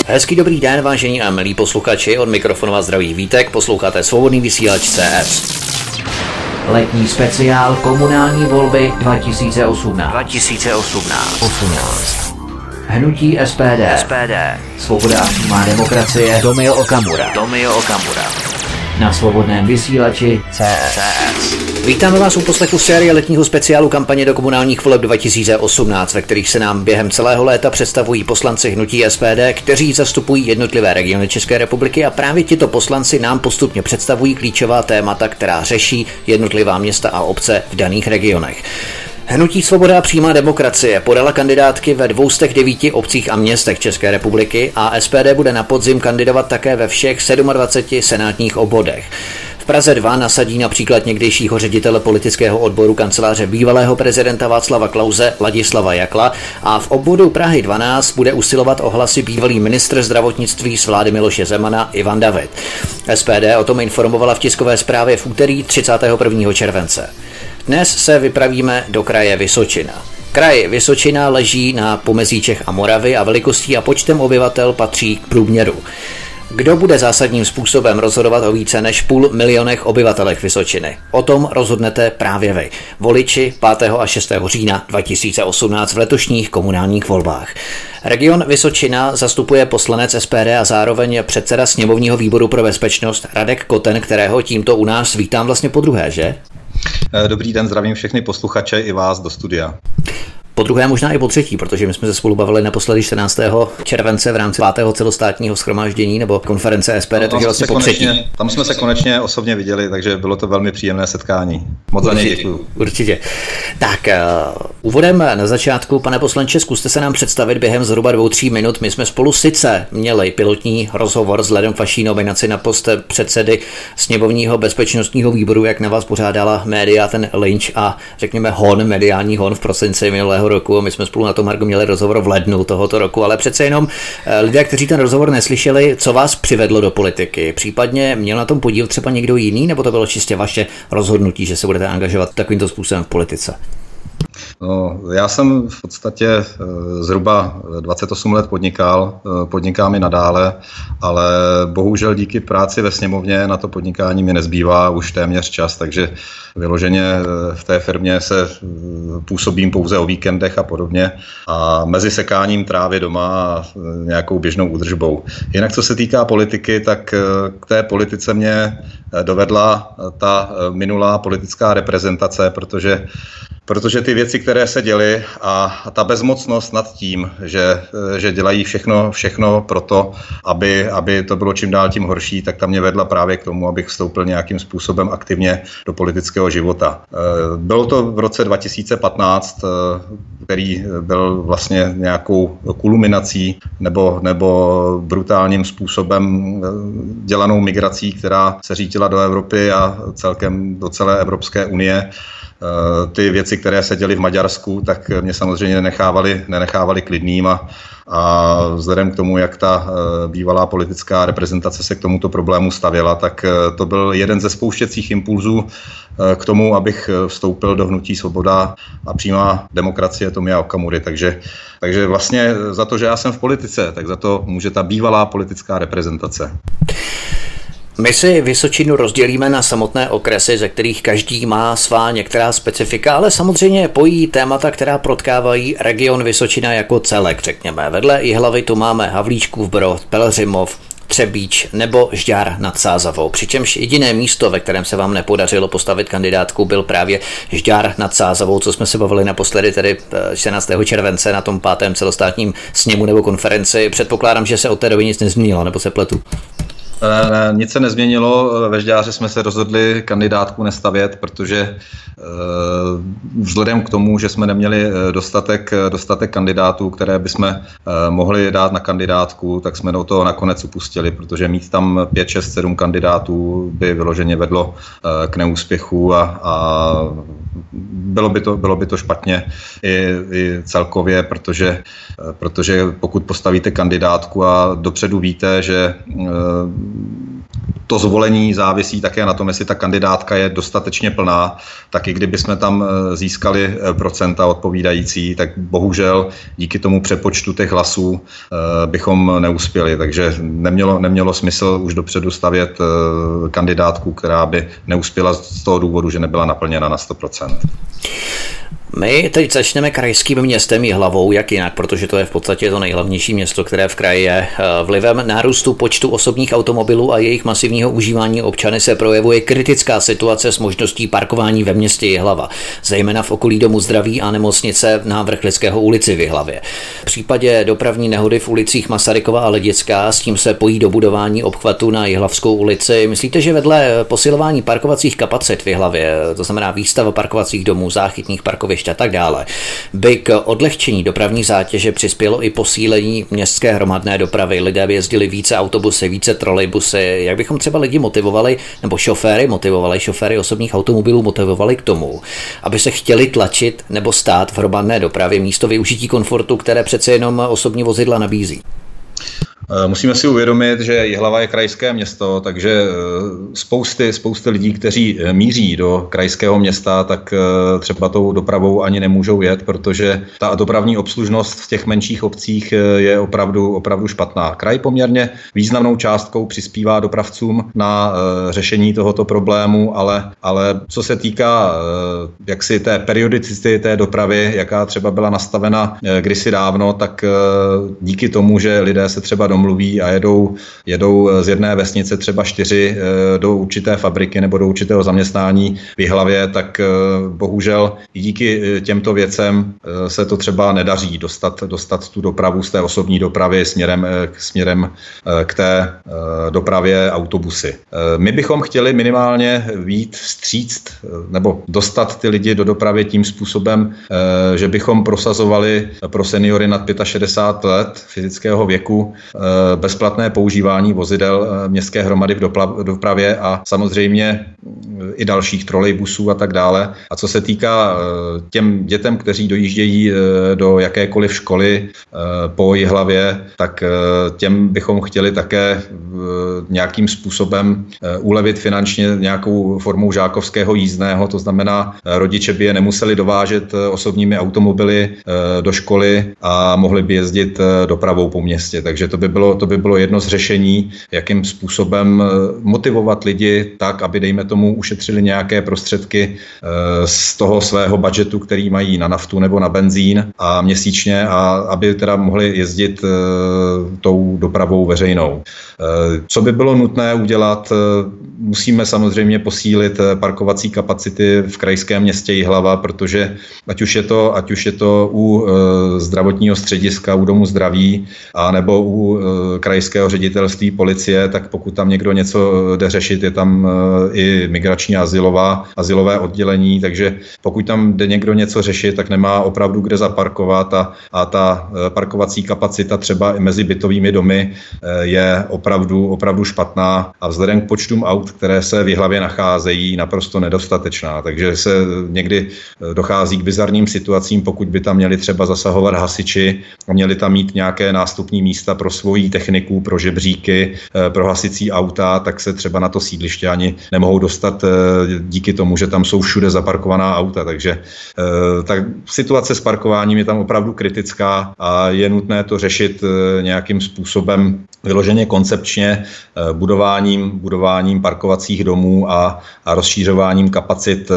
Hezký dobrý den, vážení a milí posluchači, od mikrofonu vás zdraví Vítek, posloucháte Svobodný vysílač CS. Letní speciál komunální volby 2018. Hnutí SPD. Svoboda a přímá demokracie. Tomio Okamura. Na svobodném vysílači CS. Vítáme vás u poslechu série letního speciálu kampaně do komunálních voleb 2018, ve kterých se nám během celého léta představují poslanci hnutí SPD, kteří zastupují jednotlivé regiony České republiky, a právě tito poslanci nám postupně představují klíčová témata, která řeší jednotlivá města a obce v daných regionech. Hnutí Svoboda a přímá demokracie podala kandidátky ve 209 obcích a městech České republiky a SPD bude na podzim kandidovat také ve všech 27 senátních obvodech. V Praze 2 nasadí například někdejšího ředitele politického odboru kanceláře bývalého prezidenta Václava Klause Ladislava Jakla a v obvodu Prahy 12 bude usilovat o hlasy bývalý ministr zdravotnictví z vlády Miloše Zemana Ivan David. SPD o tom informovala v tiskové zprávě v úterý 31. července. Dnes se vypravíme do kraje Vysočina. Kraj Vysočina leží na pomezí Čech a Moravy a velikostí a počtem obyvatel patří k průměru. Kdo bude zásadním způsobem rozhodovat o více než 500 000 obyvatelech Vysočiny? O tom rozhodnete právě vy, voliči 5. a 6. října 2018 v letošních komunálních volbách. Region Vysočina zastupuje poslanec SPD a zároveň předseda sněmovního výboru pro bezpečnost Radek Koten, kterého tímto u nás vítám vlastně podruhé, že? Dobrý den, zdravím všechny posluchače i vás do studia. Po druhé, možná i po třetí, protože my jsme se spolu bavili naposledy 14. července v rámci 5. celostátního shromáždění nebo konference SPD, takže vlastně po třetí. Tam jsme se konečně osobně viděli, takže bylo to velmi příjemné setkání. Moc za něj děkuju. Určitě. Tak, úvodem na začátku, pane poslanče, zkuste se nám představit během zhruba 2-3 minut. My jsme spolu sice měli pilotní rozhovor vzhledem k vaší nominaci na post předsedy sněmovního bezpečnostního výboru, jak na vás pořádala média ten lynč a řekněme mediální hon v prosinci minulého roku, a my jsme spolu na tom Margo měli rozhovor v lednu tohoto roku, ale přece jenom lidé, kteří ten rozhovor neslyšeli, co vás přivedlo do politiky, případně měl na tom podíl třeba někdo jiný, nebo to bylo čistě vaše rozhodnutí, že se budete angažovat takovýmto způsobem v politice? No, já jsem v podstatě zhruba 28 let podnikám i nadále, ale bohužel díky práci ve sněmovně na to podnikání mi nezbývá už téměř čas, takže vyloženě v té firmě se působím pouze o víkendech a podobně a mezi sekáním trávy doma a nějakou běžnou údržbou. Jinak co se týká politiky, tak k té politice mě dovedla ta minulá politická reprezentace, protože ty věci, které se děly a ta bezmocnost nad tím, že dělají všechno pro to, aby to bylo čím dál tím horší, tak ta mě vedla právě k tomu, abych vstoupil nějakým způsobem aktivně do politického života. Bylo to v roce 2015, který byl vlastně nějakou kulminací nebo brutálním způsobem dělanou migrací, která se řítila do Evropy a celkem do celé Evropské unie. Ty věci, které se děly v Maďarsku, tak mě samozřejmě nenechávali klidným a vzhledem k tomu, jak ta bývalá politická reprezentace se k tomuto problému stavěla, tak to byl jeden ze spouštěcích impulzů k tomu, abych vstoupil do hnutí Svoboda a přímá demokracie Tomia Okamury. Takže vlastně za to, že já jsem v politice, tak za to může ta bývalá politická reprezentace. My si Vysočinu rozdělíme na samotné okresy, ze kterých každý má svá některá specifika, ale samozřejmě pojí témata, která protkávají region Vysočina jako celek, řekněme. Vedle Jihlavy tu máme Havlíčkův Brod, Pelhřimov, Třebíč nebo Žďár nad Sázavou. Přičemž jediné místo, ve kterém se vám nepodařilo postavit kandidátku, byl právě Žďár nad Sázavou, co jsme se bavili naposledy tedy 14. července na tom 5. celostátním sněmu nebo konferenci. Předpokládám, že se od té doby nic nezměnilo, nebo se pletu? Nic se nezměnilo, ve Žďáře jsme se rozhodli kandidátku nestavět, protože vzhledem k tomu, že jsme neměli dostatek kandidátů, které bychom mohli dát na kandidátku, tak jsme do toho nakonec upustili, protože mít tam 5, 6, 7 kandidátů by vyloženě vedlo k neúspěchu a bylo by to špatně i celkově, protože pokud postavíte kandidátku a dopředu víte, že to zvolení závisí také na tom, jestli ta kandidátka je dostatečně plná, tak i kdyby jsme tam získali procenta odpovídající, tak bohužel díky tomu přepočtu těch hlasů bychom neuspěli. Takže nemělo smysl už dopředu stavět kandidátku, která by neuspěla z toho důvodu, že nebyla naplněna na 100%. My teď začneme krajským městem Jihlavou, jak jinak, protože to je v podstatě to nejhlavnější město, které v kraji je. Vlivem nárůstu počtu osobních automobilů a jejich masivního užívání občany se projevuje kritická situace s možností parkování ve městě Jihlava, zejména v okolí Domu zdraví a nemocnice na Vrchlického ulici v Jihlavě. V případě dopravní nehody v ulicích Masarykova a Ledická s tím se pojí dobudování obchvatu na Jihlavskou ulici. Myslíte, že vedle posilování parkovacích kapacit v Jihlavě, to znamená výstava parkovacích domů, záchytných parkovišť a tak dále, by k odlehčení dopravní zátěže přispělo i posílení městské hromadné dopravy? Lidé jezdili více autobusy, více trolejbusy. Jak bychom třeba lidi motivovali, nebo šoféry osobních automobilů motivovali k tomu, aby se chtěli tlačit nebo stát v hromadné dopravě místo využití komfortu, které přece jenom osobní vozidla nabízí? Musíme si uvědomit, že Jihlava je krajské město, takže spousty lidí, kteří míří do krajského města, tak třeba tou dopravou ani nemůžou jet, protože ta dopravní obslužnost v těch menších obcích je opravdu špatná. Kraj poměrně významnou částkou přispívá dopravcům na řešení tohoto problému, ale co se týká jaksi té periodicity té dopravy, jaká třeba byla nastavena kdysi dávno, tak díky tomu, že lidé se třeba domluví a jedou z jedné vesnice třeba 4 do určité fabriky nebo do určitého zaměstnání v Jihlavě, tak bohužel i díky těmto věcem se to třeba nedaří dostat tu dopravu z té osobní dopravy směrem k té dopravě autobusy. My bychom chtěli minimálně vyjít vstříc nebo dostat ty lidi do dopravy tím způsobem, že bychom prosazovali pro seniory nad 65 let fyzického věku bezplatné používání vozidel městské hromady v dopravě a samozřejmě i dalších trolejbusů a tak dále. A co se týká těm dětem, kteří dojíždějí do jakékoliv školy po Jihlavě, tak těm bychom chtěli také nějakým způsobem ulevit finančně nějakou formou žákovského jízdného, to znamená, rodiče by je nemuseli dovážet osobními automobily do školy a mohli by jezdit dopravou po městě. Takže to by bylo jedno z řešení, jakým způsobem motivovat lidi tak, aby dejme tomu ušetřili nějaké prostředky z toho svého budžetu, který mají na naftu nebo na benzín a měsíčně, a aby teda mohli jezdit tou dopravou veřejnou. Co by bylo nutné udělat? Musíme samozřejmě posílit parkovací kapacity v krajském městě Jihlava, protože ať už je to u zdravotního střediska, u Domu zdraví, a nebo u krajského ředitelství policie, tak pokud tam někdo něco jde řešit, je tam i migrační azylové oddělení, takže pokud tam jde někdo něco řešit, tak nemá opravdu kde zaparkovat a ta parkovací kapacita třeba i mezi bytovými domy je opravdu špatná a vzhledem k počtům aut, které se v Jihlavě nacházejí, naprosto nedostatečná. Takže se někdy dochází k bizarním situacím, pokud by tam měli třeba zasahovat hasiči a měli tam mít nějaké nástupní místa pro svoji techniku, pro žebříky, pro hasicí auta, tak se třeba na to sídliště ani nemohou dostat díky tomu, že tam jsou všude zaparkovaná auta. Takže ta situace s parkováním je tam opravdu kritická a je nutné to řešit nějakým způsobem vyloženě koncepčně, budováním parkovacích domů a rozšířováním kapacit,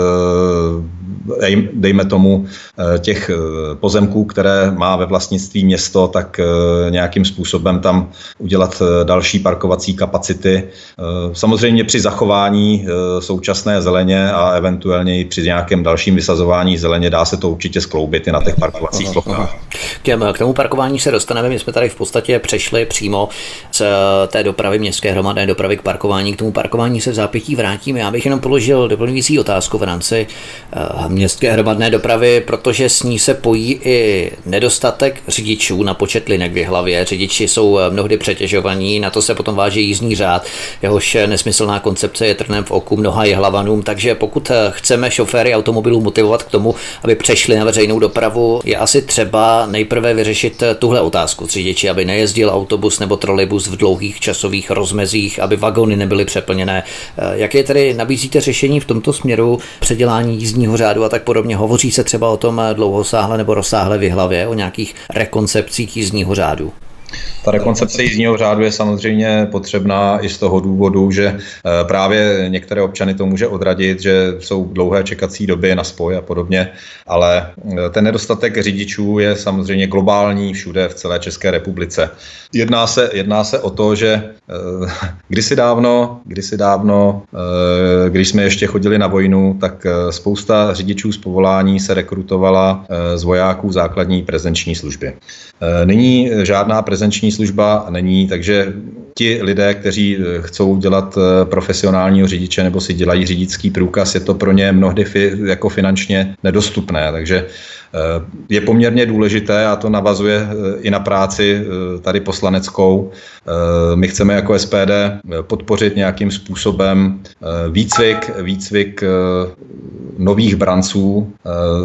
dejme tomu, těch pozemků, které má ve vlastnictví město, tak nějakým způsobem tam udělat další parkovací kapacity. Samozřejmě při zachování současné zeleně a eventuálně i při nějakém dalším vysazování zeleně dá se to určitě skloubit i na těch parkovacích plochách. K tomu parkování se dostaneme. My jsme tady v podstatě přešli přímo z té dopravy, městské hromadné dopravy, k parkování. K tomu parkování se v zápětí vrátíme. Já bych jenom položil doplňující otázku v rámci městské hromadné dopravy, protože s ní se pojí i nedostatek řidičů na počet linek v Jihlavě. Řidiči jsou mnohdy přetěžovaní, na to se potom váží jízdní řád, jehož nesmyslná koncepce je trnem v oku mnoha Jihlavanům, takže pokud chceme šoféry automobilů motivovat k tomu, aby přešli na veřejnou dopravu, je asi třeba nejprve vyřešit tuhle otázku s řidiči, aby nejezdil autobus nebo trolejbus trolejbus v dlouhých časových rozmezích, aby vagony nebyly přeplněné. Jaké tedy nabízíte řešení v tomto směru, předělání jízdního řádu a tak podobně? Hovoří se třeba o tom dlouhosáhle nebo rozsáhle v hlavě, o nějakých rekoncepcích jízdního řádu? Ta rekoncepce jízdního řádu je samozřejmě potřebná i z toho důvodu, že právě některé občany to může odradit, že jsou dlouhé čekací doby na spoj a podobně, ale ten nedostatek řidičů je samozřejmě globální všude v celé České republice. Jedná se o to, že kdysi dávno, když jsme ještě chodili na vojnu, tak spousta řidičů z povolání se rekrutovala z vojáků základní prezenční služby. Nyní žádná prezenční služba není, takže ti lidé, kteří chcou dělat profesionálního řidiče nebo si dělají řidičský průkaz, je to pro ně mnohdy jako finančně nedostupné, takže je poměrně důležité, a to navazuje i na práci tady poslaneckou. My chceme jako SPD podpořit nějakým způsobem výcvik nových branců.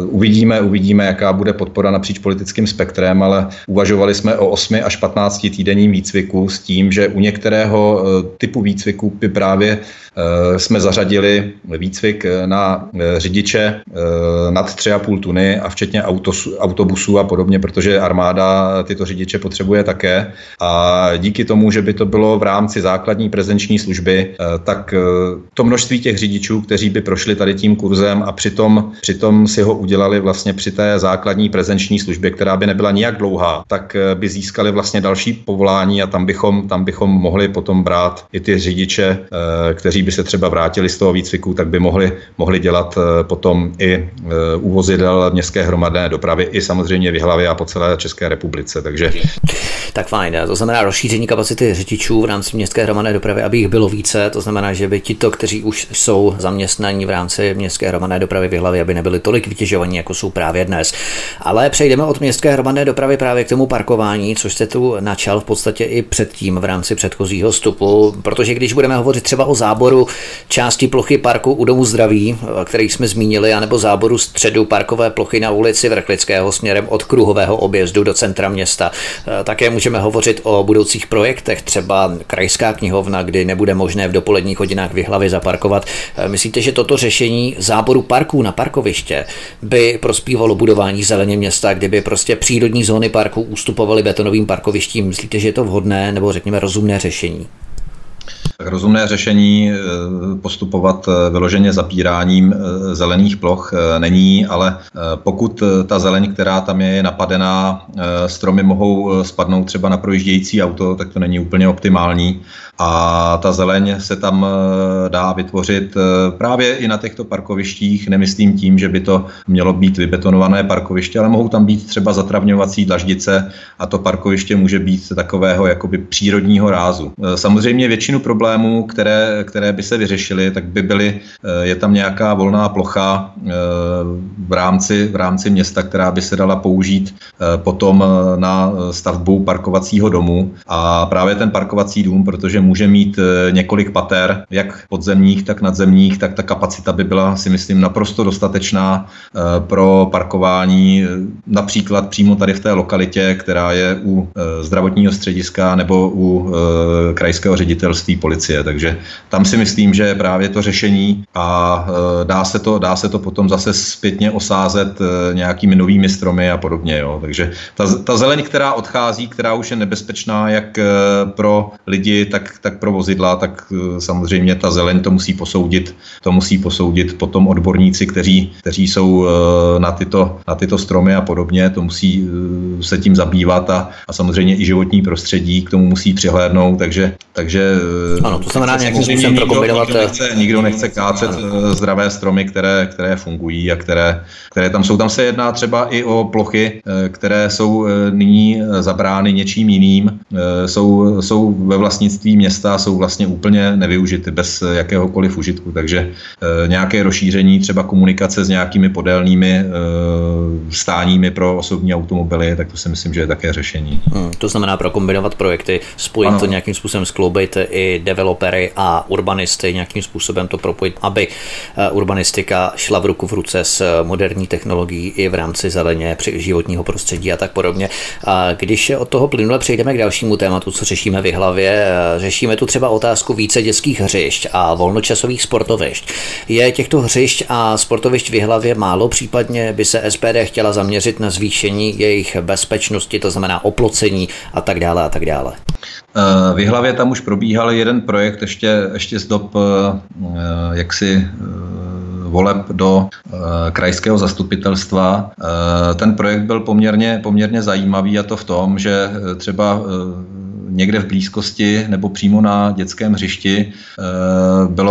Uvidíme, jaká bude podpora napříč politickým spektrem, ale uvažovali jsme o 8 až 15 týdenním výcviku s tím, že u některého typu výcviku by právě jsme zařadili výcvik na řidiče nad 3,5 tuny a včetně autobusů a podobně, protože armáda tyto řidiče potřebuje také. A díky tomu, že by to bylo v rámci základní prezenční služby, tak to množství těch řidičů, kteří by prošli tady tím kurzem a přitom si ho udělali vlastně při té základní prezenční službě, která by nebyla nijak dlouhá, tak by získali vlastně další povolání a tam bychom mohli potom brát i ty řidiče, kteří by se třeba vrátili z toho výcviku, tak by mohli dělat potom i u vozidel městské hromadné dopravy i samozřejmě v Jihlavě a po celé České republice. Takže tak fajn, to znamená rozšíření kapacity řidičů v rámci městské hromadné dopravy, aby jich bylo více, to znamená, že by tito, kteří už jsou zaměstnaní v rámci městské hromadné dopravy v Jihlavě, aby nebyli tolik vytěžovaní, jako jsou právě dnes. Ale přejdeme od městské hromadné dopravy právě k tomu parkování, což jste tu načal v podstatě i předtím v rámci předchozího vstupu, protože když budeme hovořit třeba o záboru části plochy parku u Domu zdraví, který jsme zmínili, anebo záboru středu parkové plochy na ulici Vrchlického směrem od kruhového objezdu do centra města. Také můžeme hovořit o budoucích projektech, třeba krajská knihovna, kdy nebude možné v dopoledních hodinách v Jihlavě zaparkovat. Myslíte, že toto řešení záboru parků na parkoviště by prospívalo budování zeleně města, kdyby prostě přírodní zóny parku ustupovaly betonovým parkovištím? Myslíte, že je to vhodné nebo řekněme rozumné řešení? Tak rozumné řešení postupovat vyloženě zapíráním zelených ploch není, ale pokud ta zeleň, která tam je napadená, stromy mohou spadnout třeba na projíždějící auto, tak to není úplně optimální. A ta zeleň se tam dá vytvořit právě i na těchto parkovištích. Nemyslím tím, že by to mělo být vybetonované parkoviště, ale mohou tam být třeba zatravňovací dlaždice a to parkoviště může být takového jakoby přírodního rázu. Samozřejmě většinu problémů, které by se vyřešily, tak by byly, je tam nějaká volná plocha v rámci města, která by se dala použít potom na stavbu parkovacího domu. A právě ten parkovací dům, protože může mít několik pater, jak podzemních, tak nadzemních, tak ta kapacita by byla, si myslím, naprosto dostatečná pro parkování například přímo tady v té lokalitě, která je u zdravotního střediska nebo u krajského ředitelství policie. Takže tam si myslím, že je právě to řešení a dá se to potom zase zpětně osázet nějakými novými stromy a podobně. Jo. Takže ta zeleň, která odchází, která už je nebezpečná jak pro lidi, tak pro vozidla, tak samozřejmě ta zeleň to musí posoudit potom odborníci, kteří jsou na tyto stromy a podobně, to musí se tím zabývat a samozřejmě i životní prostředí k tomu musí přihlédnout, takže ano, to znamená nějakým způsobem prokombinovat. Nikdo nechce kácet zdravé stromy, které fungují a které tam jsou. Tam se jedná třeba i o plochy, které jsou nyní zabrány něčím jiným, jsou ve vlastnictví města, jsou vlastně úplně nevyužity bez jakéhokoliv užitku, takže nějaké rozšíření třeba komunikace s nějakými podélnými stáními pro osobní automobily, tak to si myslím, že je také řešení. To znamená prokombinovat projekty, spojit to nějakým způsobem, skloubit i developery a urbanisty, nějakým způsobem to propojit, aby urbanistika šla v ruku v ruce s moderní technologií i v rámci zeleně, životního prostředí a tak podobně. A když od toho plynule přejdeme k dalšímu tématu, co řešíme v Jihlavě, řešíme tu třeba otázku více dětských hřišť a volnočasových sportovišť. Je těchto hřišť a sportovišť v Jihlavě málo, případně by se SPD chtěla zaměřit na zvýšení jejich bezpečnosti, to znamená oplocení a tak dále a tak dále. V Jihlavě tam už probíhal jeden projekt ještě z dob voleb do krajského zastupitelstva. Ten projekt byl poměrně zajímavý, a to v tom, že třeba někde v blízkosti nebo přímo na dětském hřišti bylo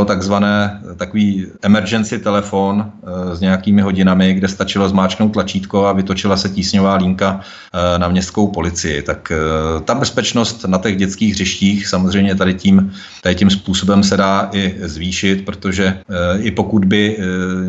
takový emergency telefon s nějakými hodinami, kde stačilo zmáčknout tlačítko a vytočila se tísňová linka na městskou policii. Tak ta bezpečnost na těch dětských hřištích samozřejmě tady tím způsobem se dá i zvýšit, protože i pokud by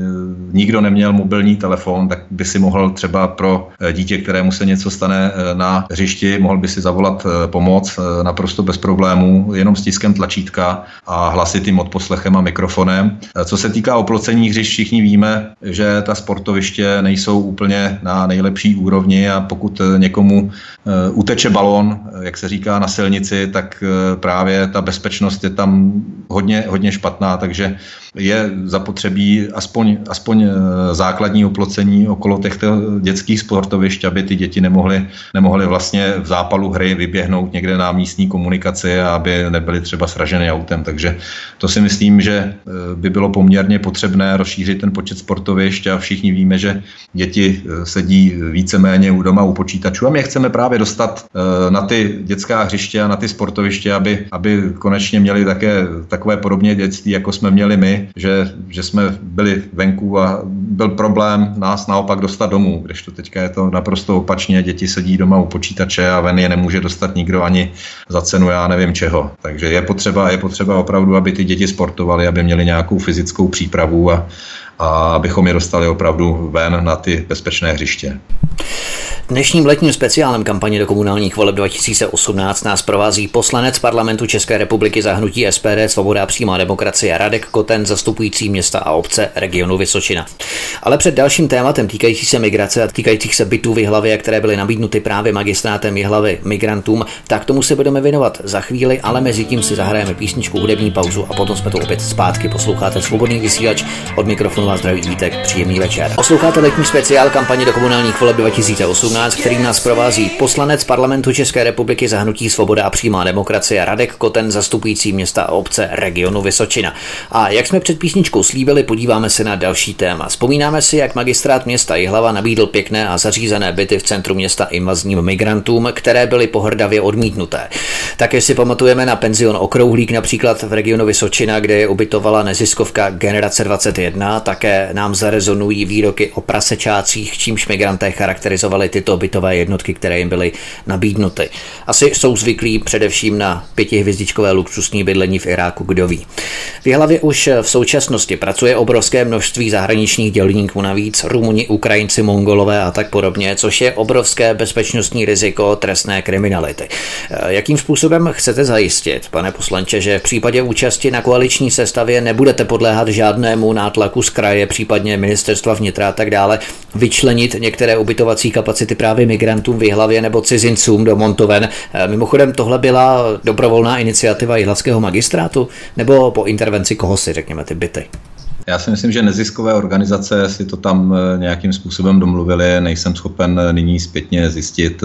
nikdo neměl mobilní telefon, tak by si mohl třeba pro dítě, kterému se něco stane na hřišti, mohl by si zavolat pomoc naprosto bez problémů, jenom stiskem tlačítka a hlasitým odposlechem a mikrofonem. Co se týká oplocení hřišť, všichni víme, že ta sportoviště nejsou úplně na nejlepší úrovni, a pokud někomu uteče balón, jak se říká na silnici, tak právě ta bezpečnost je tam hodně špatná, takže je zapotřebí aspoň základní oplocení okolo těchto dětských sportovišť, aby ty děti nemohly vlastně v zápalu hry vyběhnout někde na místní komunikaci a aby nebyly třeba sraženy autem. Takže to si myslím, že by bylo poměrně potřebné rozšířit ten počet sportovišť, a všichni víme, že děti sedí víceméně doma u počítačů a my je chceme právě dostat na ty dětská hřiště a na ty sportoviště, aby konečně měli také takové podobně dětství, jako jsme měli my, že jsme byli venku a byl problém nás naopak dostat domů, kdežto teďka je to naprosto opačně, děti sedí doma u počítače a ven je nemůže dostat nikdo ani za cenu já nevím čeho. Takže je potřeba opravdu, aby ty děti sportovaly, aby měly nějakou fyzickou přípravu a abychom je dostali opravdu ven na ty bezpečné hřiště. Dnešním letním speciálem kampaně do komunálních voleb 2018 nás provází poslanec Parlamentu České republiky za hnutí SPD Svoboda a přímá demokracie Radek Koten, zastupující města a obce regionu Vysočina. Ale před dalším tématem týkající se migrace a týkajících se bytů v Jihlavě, které byly nabídnuty právě magistrátem Jihlavy migrantům, tak tomu se budeme věnovat za chvíli, ale mezi tím si zahrajeme písničku, hudební pauzu a potom jsme tu opět zpátky. Posloucháte Svobodný vysílač, od mikrofonu vás zdraví Vítek, příjemný večer. Posloucháte letní speciál kampaně do komunálních voleb 2018, kterým nás provází poslanec Parlamentu České republiky za hnutí Svoboda a přímá demokracie Radek Koten, zastupující města a obce regionu Vysočina. A jak jsme před písničkou slíbili, podíváme se na další téma. Vzpomínáme si, jak magistrát města Jihlava nabídl pěkné a zařízené byty v centru města invazním migrantům, které byly pohrdavě odmítnuté. Také si pamatujeme na penzion Okrouhlík, například v regionu Vysočina, kde je ubytovala neziskovka Generace 21. Také nám zarezonují výroky o prasečácích, čímž migranté charakterizovali tyto bytové jednotky, které jim byly nabídnuty. Asi jsou zvyklí především na 5hvězdičkové luxusní bydlení v Iráku, kdo ví. V Jihlavě už v současnosti pracuje obrovské množství zahraničních dělníků, navíc Rumuni, Ukrajinci, Mongolové a tak podobně, což je obrovské bezpečnostní riziko trestné kriminality. Jakým způsobem chcete zajistit, pane poslanče, že v případě účasti na koaliční sestavě nebudete podléhat žádnému nátlaku z kraje, případně ministerstva vnitra a tak dále, vyčlenit některé ubytovací kapacity právě migrantům v Jihlavě nebo cizincům do montoven? Mimochodem, tohle byla dobrovolná iniciativa jihlavského magistrátu nebo po intervenci koho si, řekněme, ty byty? Já si myslím, že neziskové organizace si to tam nějakým způsobem domluvili. Nejsem schopen nyní zpětně zjistit,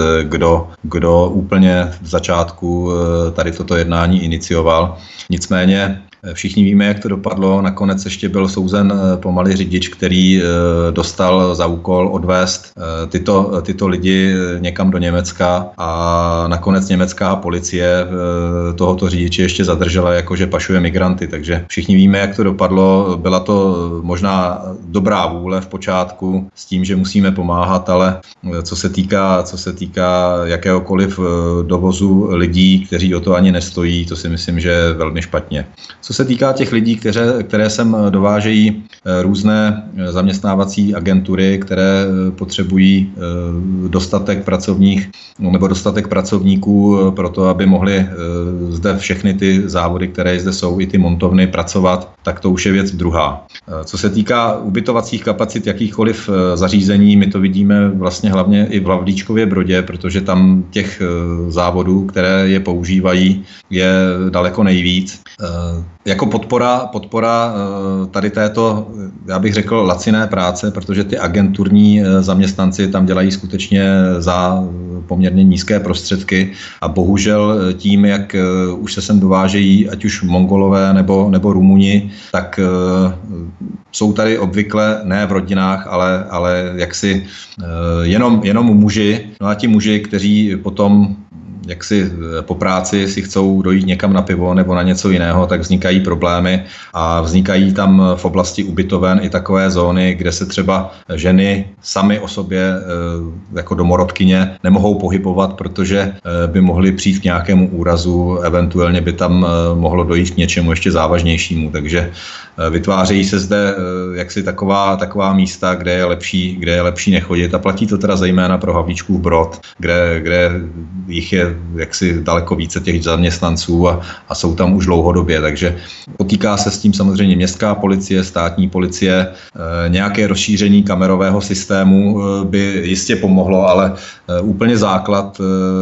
kdo úplně v začátku tady toto jednání inicioval. Nicméně všichni víme, jak to dopadlo. Nakonec ještě byl souzen pomalý řidič, který dostal za úkol odvést tyto lidi někam do Německa, a nakonec německá policie tohoto řidiče ještě zadržela, jakože pašuje migranty. Takže všichni víme, jak to dopadlo. Byla to možná dobrá vůle v počátku s tím, že musíme pomáhat, ale co se týká jakéhokoliv dovozu lidí, kteří o to ani nestojí, to si myslím, že je velmi špatně. Co Co se týká těch lidí, které sem dovážejí různé zaměstnávací agentury, které potřebují dostatek pracovníků pro to, aby mohli zde všechny ty závody, které zde jsou, i ty montovny pracovat, tak to už je věc druhá. Co se týká ubytovacích kapacit jakýchkoliv zařízení, my to vidíme vlastně hlavně i v Havlíčkově Brodě, protože tam těch závodů, které je používají, je daleko nejvíc. Jako podpora tady této, já bych řekl, laciné práce, protože ty agenturní zaměstnanci tam dělají skutečně za poměrně nízké prostředky a bohužel tím, jak už se sem dovážejí, ať už Mongolové nebo Rumuni, tak jsou tady obvykle ne v rodinách, ale jaksi jenom muži. No a ti muži, kteří potom jaksi po práci si chcou dojít někam na pivo nebo na něco jiného, tak vznikají problémy a vznikají tam v oblasti ubytoven i takové zóny, kde se třeba ženy samy o sobě jako domorodkyně nemohou pohybovat, protože by mohly přijít k nějakému úrazu, eventuálně by tam mohlo dojít k něčemu ještě závažnějšímu, takže vytvářejí se zde jaksi taková místa, kde je lepší nechodit a platí to teda zejména pro Havlíčkův Brod, kde jich je jaksi daleko více těch zaměstnanců a jsou tam už dlouhodobě, takže potýká se s tím samozřejmě městská policie, státní policie, nějaké rozšíření kamerového systému by jistě pomohlo, ale úplně základ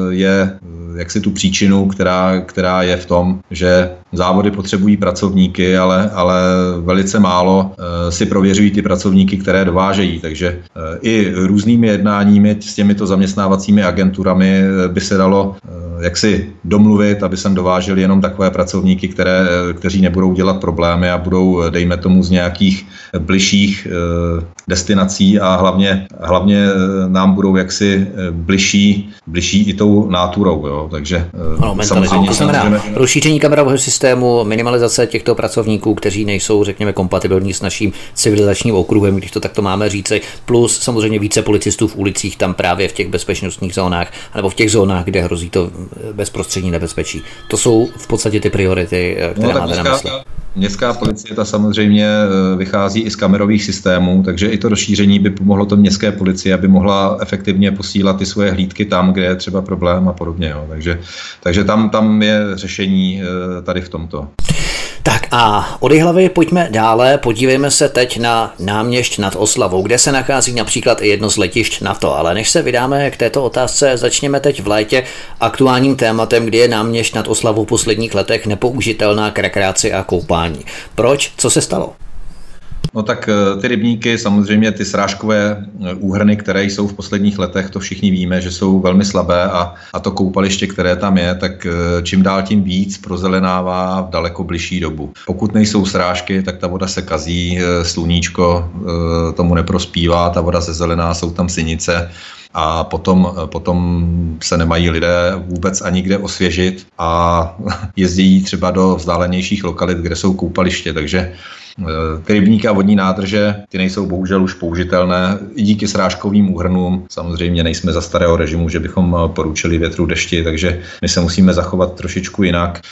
je jaksi tu příčinu, která je v tom, že závody potřebují pracovníky, ale velice málo si prověřují ty pracovníky, které dovážejí, takže i různými jednáními s těmito zaměstnávacími agenturami by se dalo jaksi domluvit, aby sem dováželi jenom takové pracovníky, kteří nebudou dělat problémy a budou, dejme tomu, z nějakých bližších destinací a hlavně nám budou jaksi bližší i tou náturou, jo. Takže samozřejmě. To znamená rozšíření kamerového systému, minimalizace těchto pracovníků, kteří nejsou, řekněme, kompatibilní s naším civilizačním okruhem, když to takto máme říci, plus samozřejmě více policistů v ulicích, tam právě v těch bezpečnostních zónách, nebo v těch zónách, kde hrozí to bezprostřední nebezpečí. To jsou v podstatě ty priority, které máte na mysli. Městská policie ta samozřejmě vychází i z kamerových systémů, takže i to rozšíření by pomohlo to městské policii, aby mohla efektivně posílat ty svoje hlídky tam, kde je třeba problém a podobně. Jo. Takže tam je řešení tady v tomto. Tak a od Jihlavy pojďme dále, podívejme se teď na Náměšť nad Oslavou, kde se nachází například i jedno z letišť NATO, ale než se vydáme k této otázce, začněme teď v létě aktuálním tématem, kdy je Náměšť nad Oslavou v posledních letech nepoužitelná k rekreaci a koupání. Proč? Co se stalo? No tak ty rybníky, samozřejmě ty srážkové úhrny, které jsou v posledních letech, to všichni víme, že jsou velmi slabé a to koupaliště, které tam je, tak čím dál tím víc prozelenává v daleko bližší dobu. Pokud nejsou srážky, tak ta voda se kazí, sluníčko tomu neprospívá, ta voda zezelená, jsou tam sinice a potom se nemají lidé vůbec ani kde osvěžit a jezdí třeba do vzdálenějších lokalit, kde jsou koupaliště, takže ty rybníky a vodní nádrže, ty nejsou bohužel už použitelné i díky srážkovým úhrnům. Samozřejmě nejsme za starého režimu, že bychom poručili větru, dešti, takže my se musíme zachovat trošičku jinak.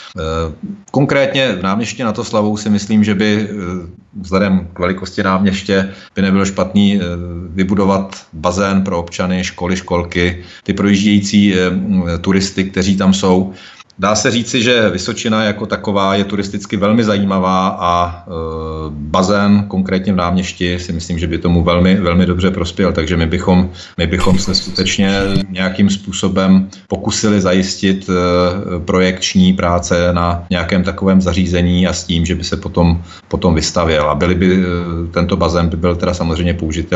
Konkrétně v Náměšti nad Oslavou si myslím, že by vzhledem k velikosti Náměště by nebylo špatný vybudovat bazén pro občany, školy, školky, ty projíždějící turisty, kteří tam jsou. Dá se říci, že Vysočina jako taková je turisticky velmi zajímavá a bazén konkrétně v Náměšti si myslím, že by tomu velmi, velmi dobře prospěl, takže my bychom se skutečně nějakým způsobem pokusili zajistit projekční práce na nějakém takovém zařízení a s tím, že by se potom vystavěl a tento bazén by byl teda samozřejmě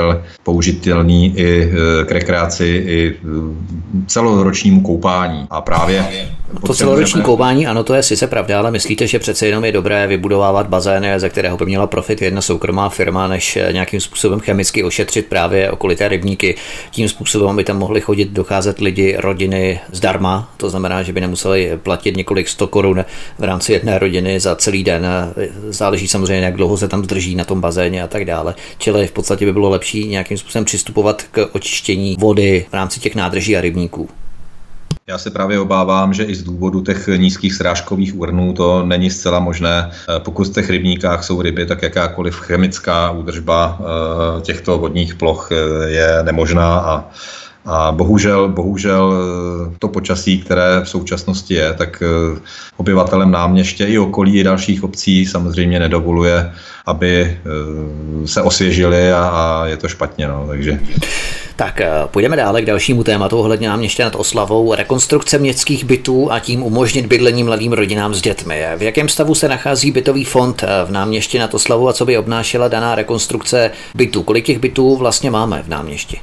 použitelný i k rekreaci, i celoročnímu koupání a právě to celoroční koupání, ano, to je sice pravda, ale myslíte, že přece jenom je dobré vybudovávat bazény, ze kterého by měla profit jedna soukromá firma, než nějakým způsobem chemicky ošetřit právě okolité rybníky. Tím způsobem, aby tam mohli chodit, docházet lidi, rodiny zdarma, to znamená, že by nemuseli platit několik 100 korun v rámci jedné rodiny za celý den. Záleží samozřejmě, jak dlouho se tam zdrží na tom bazéně a tak dále. Čili v podstatě by bylo lepší nějakým způsobem přistupovat k očištění vody v rámci těch nádrží a rybníků. Já se právě obávám, že i z důvodu těch nízkých srážkových úhrnů to není zcela možné. Pokud v těch rybníkách jsou ryby, tak jakákoliv chemická údržba těchto vodních ploch je nemožná a bohužel to počasí, které v současnosti je, tak obyvatelem Náměště i okolí i dalších obcí samozřejmě nedovoluje, aby se osvěžili a je to špatně. No, takže... Tak půjdeme dále k dalšímu tématu ohledně Náměště nad Oslavou. Rekonstrukce městských bytů a tím umožnit bydlení mladým rodinám s dětmi. V jakém stavu se nachází bytový fond v Náměšti nad Oslavou a co by obnášela daná rekonstrukce bytů? Kolik těch bytů vlastně máme v Náměšti?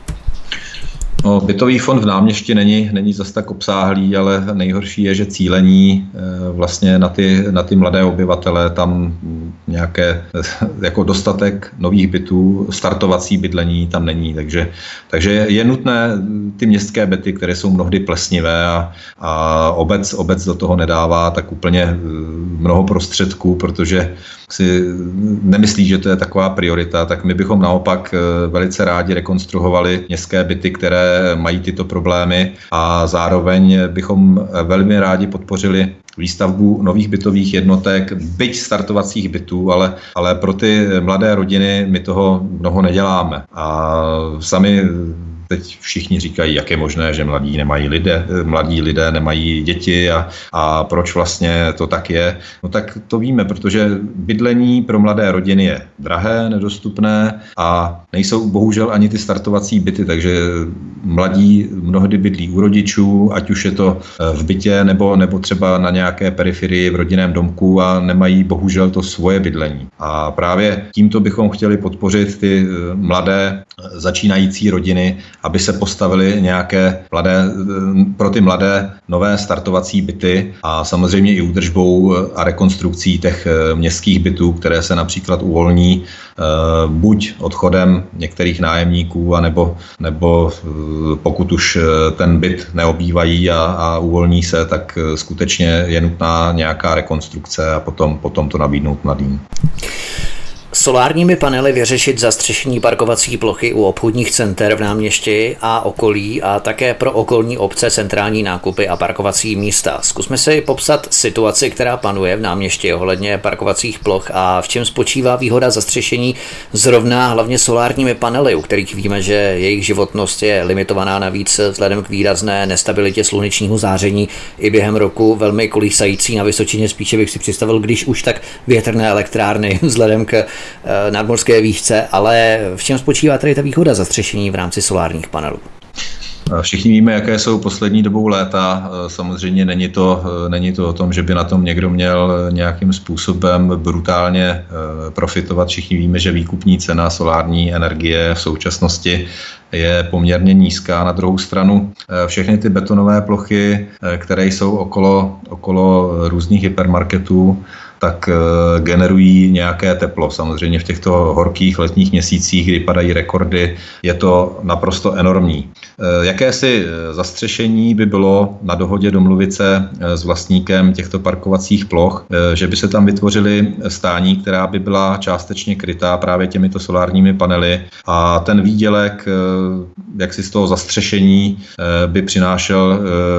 No, bytový fond v Náměšti není zas tak obsáhlý, ale nejhorší je, že cílení vlastně na ty mladé obyvatele, tam nějaké jako dostatek nových bytů, startovací bydlení tam není, takže je nutné ty městské byty, které jsou mnohdy plesnivé a obec do toho nedává tak úplně mnoho prostředků, protože si nemyslí, že to je taková priorita, tak my bychom naopak velice rádi rekonstruovali městské byty, které mají tyto problémy a zároveň bychom velmi rádi podpořili výstavbu nových bytových jednotek, byť startovacích bytů, ale pro ty mladé rodiny my toho mnoho neděláme. A sami teď všichni říkají, jak je možné, že mladí lidé nemají děti a proč vlastně to tak je. No tak to víme, protože bydlení pro mladé rodiny je drahé, nedostupné a nejsou bohužel ani ty startovací byty, takže mladí mnohdy bydlí u rodičů, ať už je to v bytě nebo třeba na nějaké periferii v rodinném domku a nemají bohužel to svoje bydlení. A právě tímto bychom chtěli podpořit ty mladé začínající rodiny, aby se postavily nějaké pro ty mladé nové startovací byty a samozřejmě i údržbou a rekonstrukcí těch městských bytů, které se například uvolní buď odchodem některých nájemníků, nebo pokud už ten byt neobývají a uvolní se, tak skutečně je nutná nějaká rekonstrukce a potom to nabídnout mladým. Solárními panely vyřešit zastřešení parkovací plochy u obchodních center v Náměšti a okolí a také pro okolní obce centrální nákupy a parkovací místa. Zkusme si popsat situaci, která panuje v Náměšti ohledně parkovacích ploch a v čem spočívá výhoda zastřešení zrovna hlavně solárními panely, u kterých víme, že jejich životnost je limitovaná navíc vzhledem k výrazné nestabilitě slunečního záření i během roku velmi kolísající na Vysočině, spíše bych si představil, když už tak větrné elektrárny vzhledem k nadmorské výšce, ale v čem spočívá tady ta výhoda zastřešení v rámci solárních panelů? Všichni víme, jaké jsou poslední dobou léta. Samozřejmě není to o tom, že by na tom někdo měl nějakým způsobem brutálně profitovat. Všichni víme, že výkupní cena solární energie v současnosti je poměrně nízká. Na druhou stranu všechny ty betonové plochy, které jsou okolo různých hypermarketů, tak generují nějaké teplo. Samozřejmě v těchto horkých letních měsících, kdy padají rekordy, je to naprosto enormní. Jakési zastřešení by bylo na dohodě domluvit se s vlastníkem těchto parkovacích ploch, že by se tam vytvořily stání, která by byla částečně krytá právě těmito solárními panely a ten výdělek jaksi z toho zastřešení by přinášel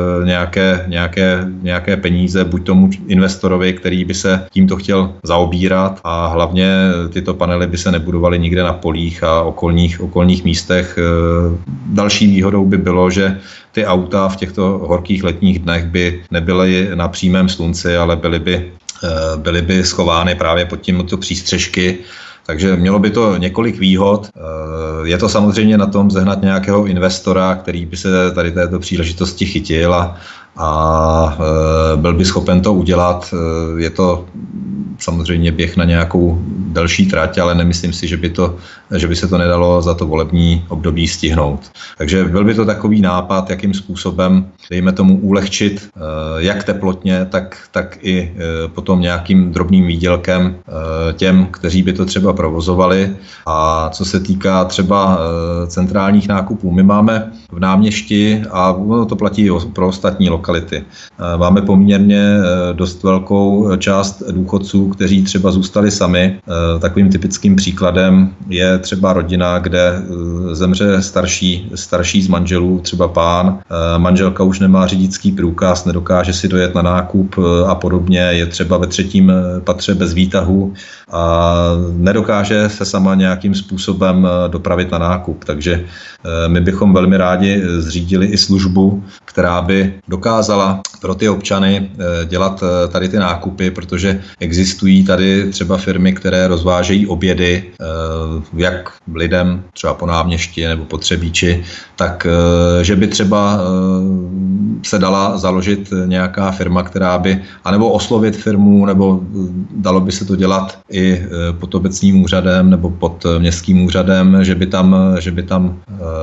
nějaké peníze buď tomu investorovi, který by se tímto chtěl zaobírat a hlavně tyto panely by se nebudovaly nikde na polích a okolních místech. Další výhodou by bylo, že ty auta v těchto horkých letních dnech by nebyly na přímém slunci, ale byly by schovány právě pod těmito přístřežky. Takže mělo by to několik výhod. Je to samozřejmě na tom sehnat nějakého investora, který by se tady této příležitosti chytil a byl by schopen to udělat. Je to samozřejmě běh na nějakou delší trať, ale nemyslím si, že by se to nedalo za to volební období stihnout. Takže byl by to takový nápad, jakým způsobem, dejme tomu, ulehčit jak teplotně, tak i potom nějakým drobným výdělkem těm, kteří by to třeba provozovali. A co se týká třeba centrálních nákupů, my máme v Náměšti, a to platí pro ostatní lokality, máme poměrně dost velkou část důchodců, kteří třeba zůstali sami. Takovým typickým příkladem je třeba rodina, kde zemře starší z manželů, třeba pán, manželka už nemá řidičský průkaz, nedokáže si dojet na nákup a podobně, je třeba ve 3. patře bez výtahu a nedokáže se sama nějakým způsobem dopravit na nákup. Takže my bychom velmi rádi zřídili i službu, která by dokázala pro ty občany dělat tady ty nákupy, protože existují tady třeba firmy, které rozvážejí obědy jak lidem třeba po náměstí nebo po Třebíči, tak že by třeba se dala založit nějaká firma, která by, anebo oslovit firmu, nebo dalo by se to dělat i pod obecním úřadem nebo pod městským úřadem, že by tam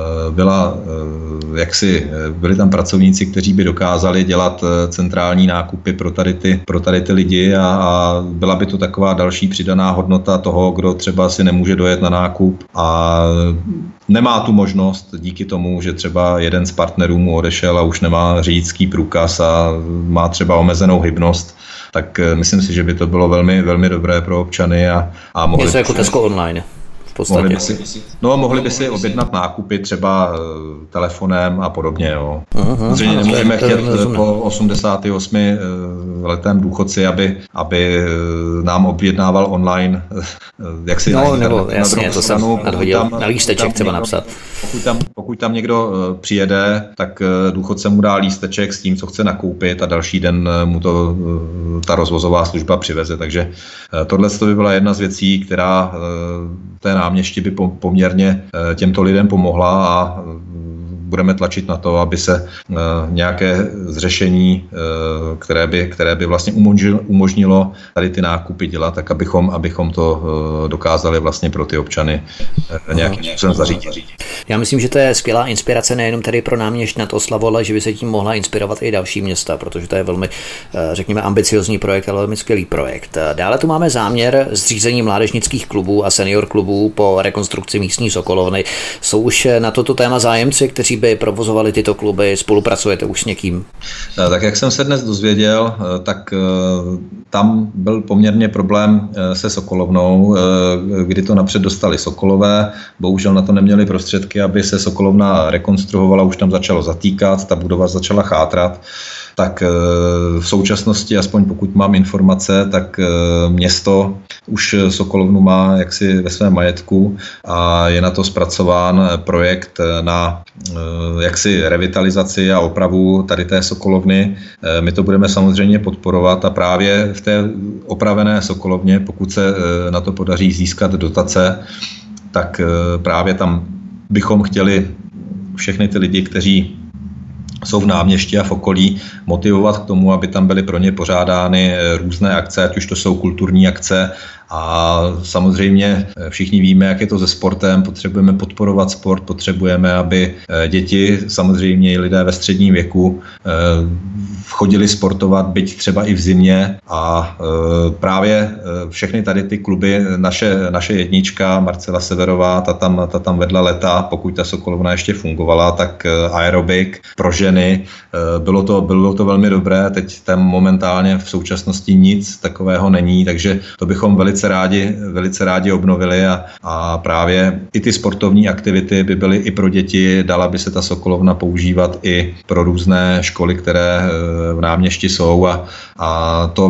byli tam pracovníci, kteří by dokázali dělat centrální nákupy pro tady ty lidi a byla by to taková další přidaná hodnota toho, kdo třeba si nemůže dojet na nákup a nemá tu možnost díky tomu, že třeba jeden z partnerů mu odešel a už nemá řidičský průkaz a má třeba omezenou hybnost, tak myslím si, že by to bylo velmi, velmi dobré pro občany a mohli něco jako Tesco online. Mohli by si objednat nákupy třeba telefonem a podobně. Jo. Samozřejmě nemůžeme chtět po 88 letém důchodci, aby nám objednával online, jak si jasně, to jsem nadhodil, na lísteček třeba napsat. Pokud tam někdo přijede, tak důchodce mu dá lísteček s tím, co chce nakoupit a další den mu to ta rozvozová služba přiveze. Takže tohle by byla jedna z věcí, která té náměstí by poměrně těmto lidem pomohla a budeme tlačit na to, aby se nějaké zřešení, které by vlastně umožnilo tady ty nákupy dělat, tak abychom to dokázali vlastně pro ty občany nějakým způsobem zařídit. Já myslím, že to je skvělá inspirace nejenom tady pro Náměšť nad Oslavou, ale že by se tím mohla inspirovat i další města, protože to je velmi, řekněme, ambiciozní projekt, ale velmi skvělý projekt. Dále tu máme záměr zřízení mládežnických klubů a senior klubů po rekonstrukci místní sokolovny. Jsou už na toto téma zájemci, kteří by provozovali tyto kluby? Spolupracujete už s někým? Tak jak jsem se dnes dozvěděl, tak tam byl poměrně problém se sokolovnou, kdy to napřed dostali Sokolové, bohužel na to neměli prostředky, aby se sokolovna rekonstruovala, už tam začalo zatýkat, ta budova začala chátrat. Tak v současnosti, aspoň pokud mám informace, tak město už sokolovnu má jaksi ve svém majetku a je na to zpracován projekt na jaksi revitalizaci a opravu tady té sokolovny. My to budeme samozřejmě podporovat a právě v té opravené sokolovně, pokud se na to podaří získat dotace, tak právě tam bychom chtěli všechny ty lidi, kteří jsou v Náměšti a v okolí, motivovat k tomu, aby tam byly pro ně pořádány různé akce, ať už to jsou kulturní akce. A samozřejmě všichni víme, jak je to se sportem, potřebujeme podporovat sport, potřebujeme, aby děti, samozřejmě i lidé ve středním věku, chodili sportovat, byť třeba i v zimě a právě všechny tady ty kluby, naše jednička Marcela Severová, ta tam vedla leta, pokud ta sokolovna ještě fungovala, tak aerobik pro ženy, bylo to velmi dobré, teď tam momentálně v současnosti nic takového není, takže to bychom velice rádi obnovili a právě i ty sportovní aktivity by byly i pro děti, dala by se ta sokolovna používat i pro různé školy, které v Náměšti jsou a to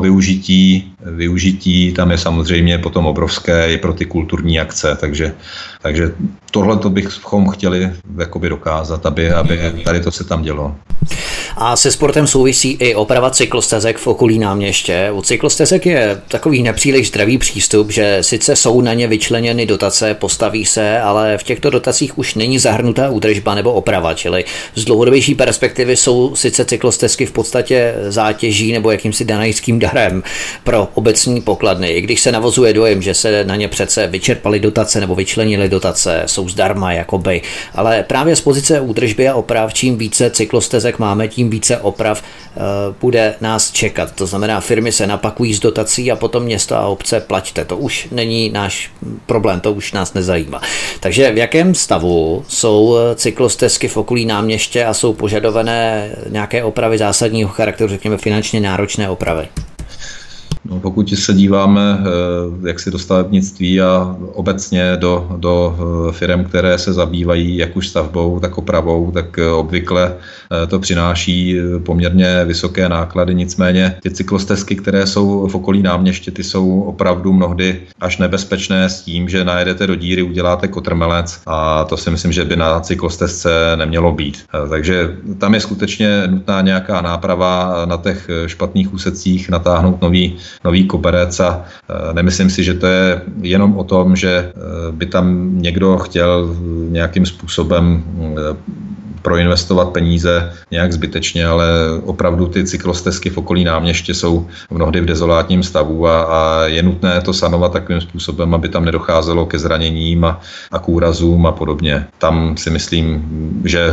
využití tam je samozřejmě potom obrovské i pro ty kulturní akce, takže tohle to bychom chtěli jakoby dokázat, aby tady to se tam dělo. A se sportem souvisí i oprava cyklostezek v okolí Náměště. U cyklostezek je takový nepříliš zdravý přístup, že sice jsou na ně vyčleněny dotace, postaví se, ale v těchto dotacích už není zahrnutá údržba nebo oprava, čili z dlouhodobější perspektivy jsou sice cyklostezky v podstatě zátěží nebo jakýmsi danajským darem pro obecní pokladny. I když se navozuje dojem, že se na ně přece vyčerpaly dotace nebo vyčlenily dotace, jsou zdarma jakoby, ale právě z pozice údržby a oprav, čím více cyklostezek máme, tím více oprav bude nás čekat. To znamená, firmy se napakují z dotací a potom město a obce plaťte. To už není náš problém, to už nás nezajímá. Takže v jakém stavu jsou cyklostezky v okolí Náměště a jsou požadované nějaké opravy zásadního charakteru, řekněme finančně náročné opravy? No, pokud se díváme jaksi do stavebnictví a obecně do firm, které se zabývají jak už stavbou, tak opravou, tak obvykle to přináší poměrně vysoké náklady. Nicméně ty cyklostezky, které jsou v okolí Náměště, ty jsou opravdu mnohdy až nebezpečné s tím, že najedete do díry, uděláte kotrmelec a to si myslím, že by na cyklostezce nemělo být. Takže tam je skutečně nutná nějaká náprava na těch špatných úsecích, natáhnout nový koberec a nemyslím si, že to je jenom o tom, že by tam někdo chtěl nějakým způsobem proinvestovat peníze nějak zbytečně, ale opravdu ty cyklostezky v okolí Náměště jsou mnohdy v dezolátním stavu a je nutné to sanovat takovým způsobem, aby tam nedocházelo ke zraněním a k úrazům a podobně. Tam si myslím, že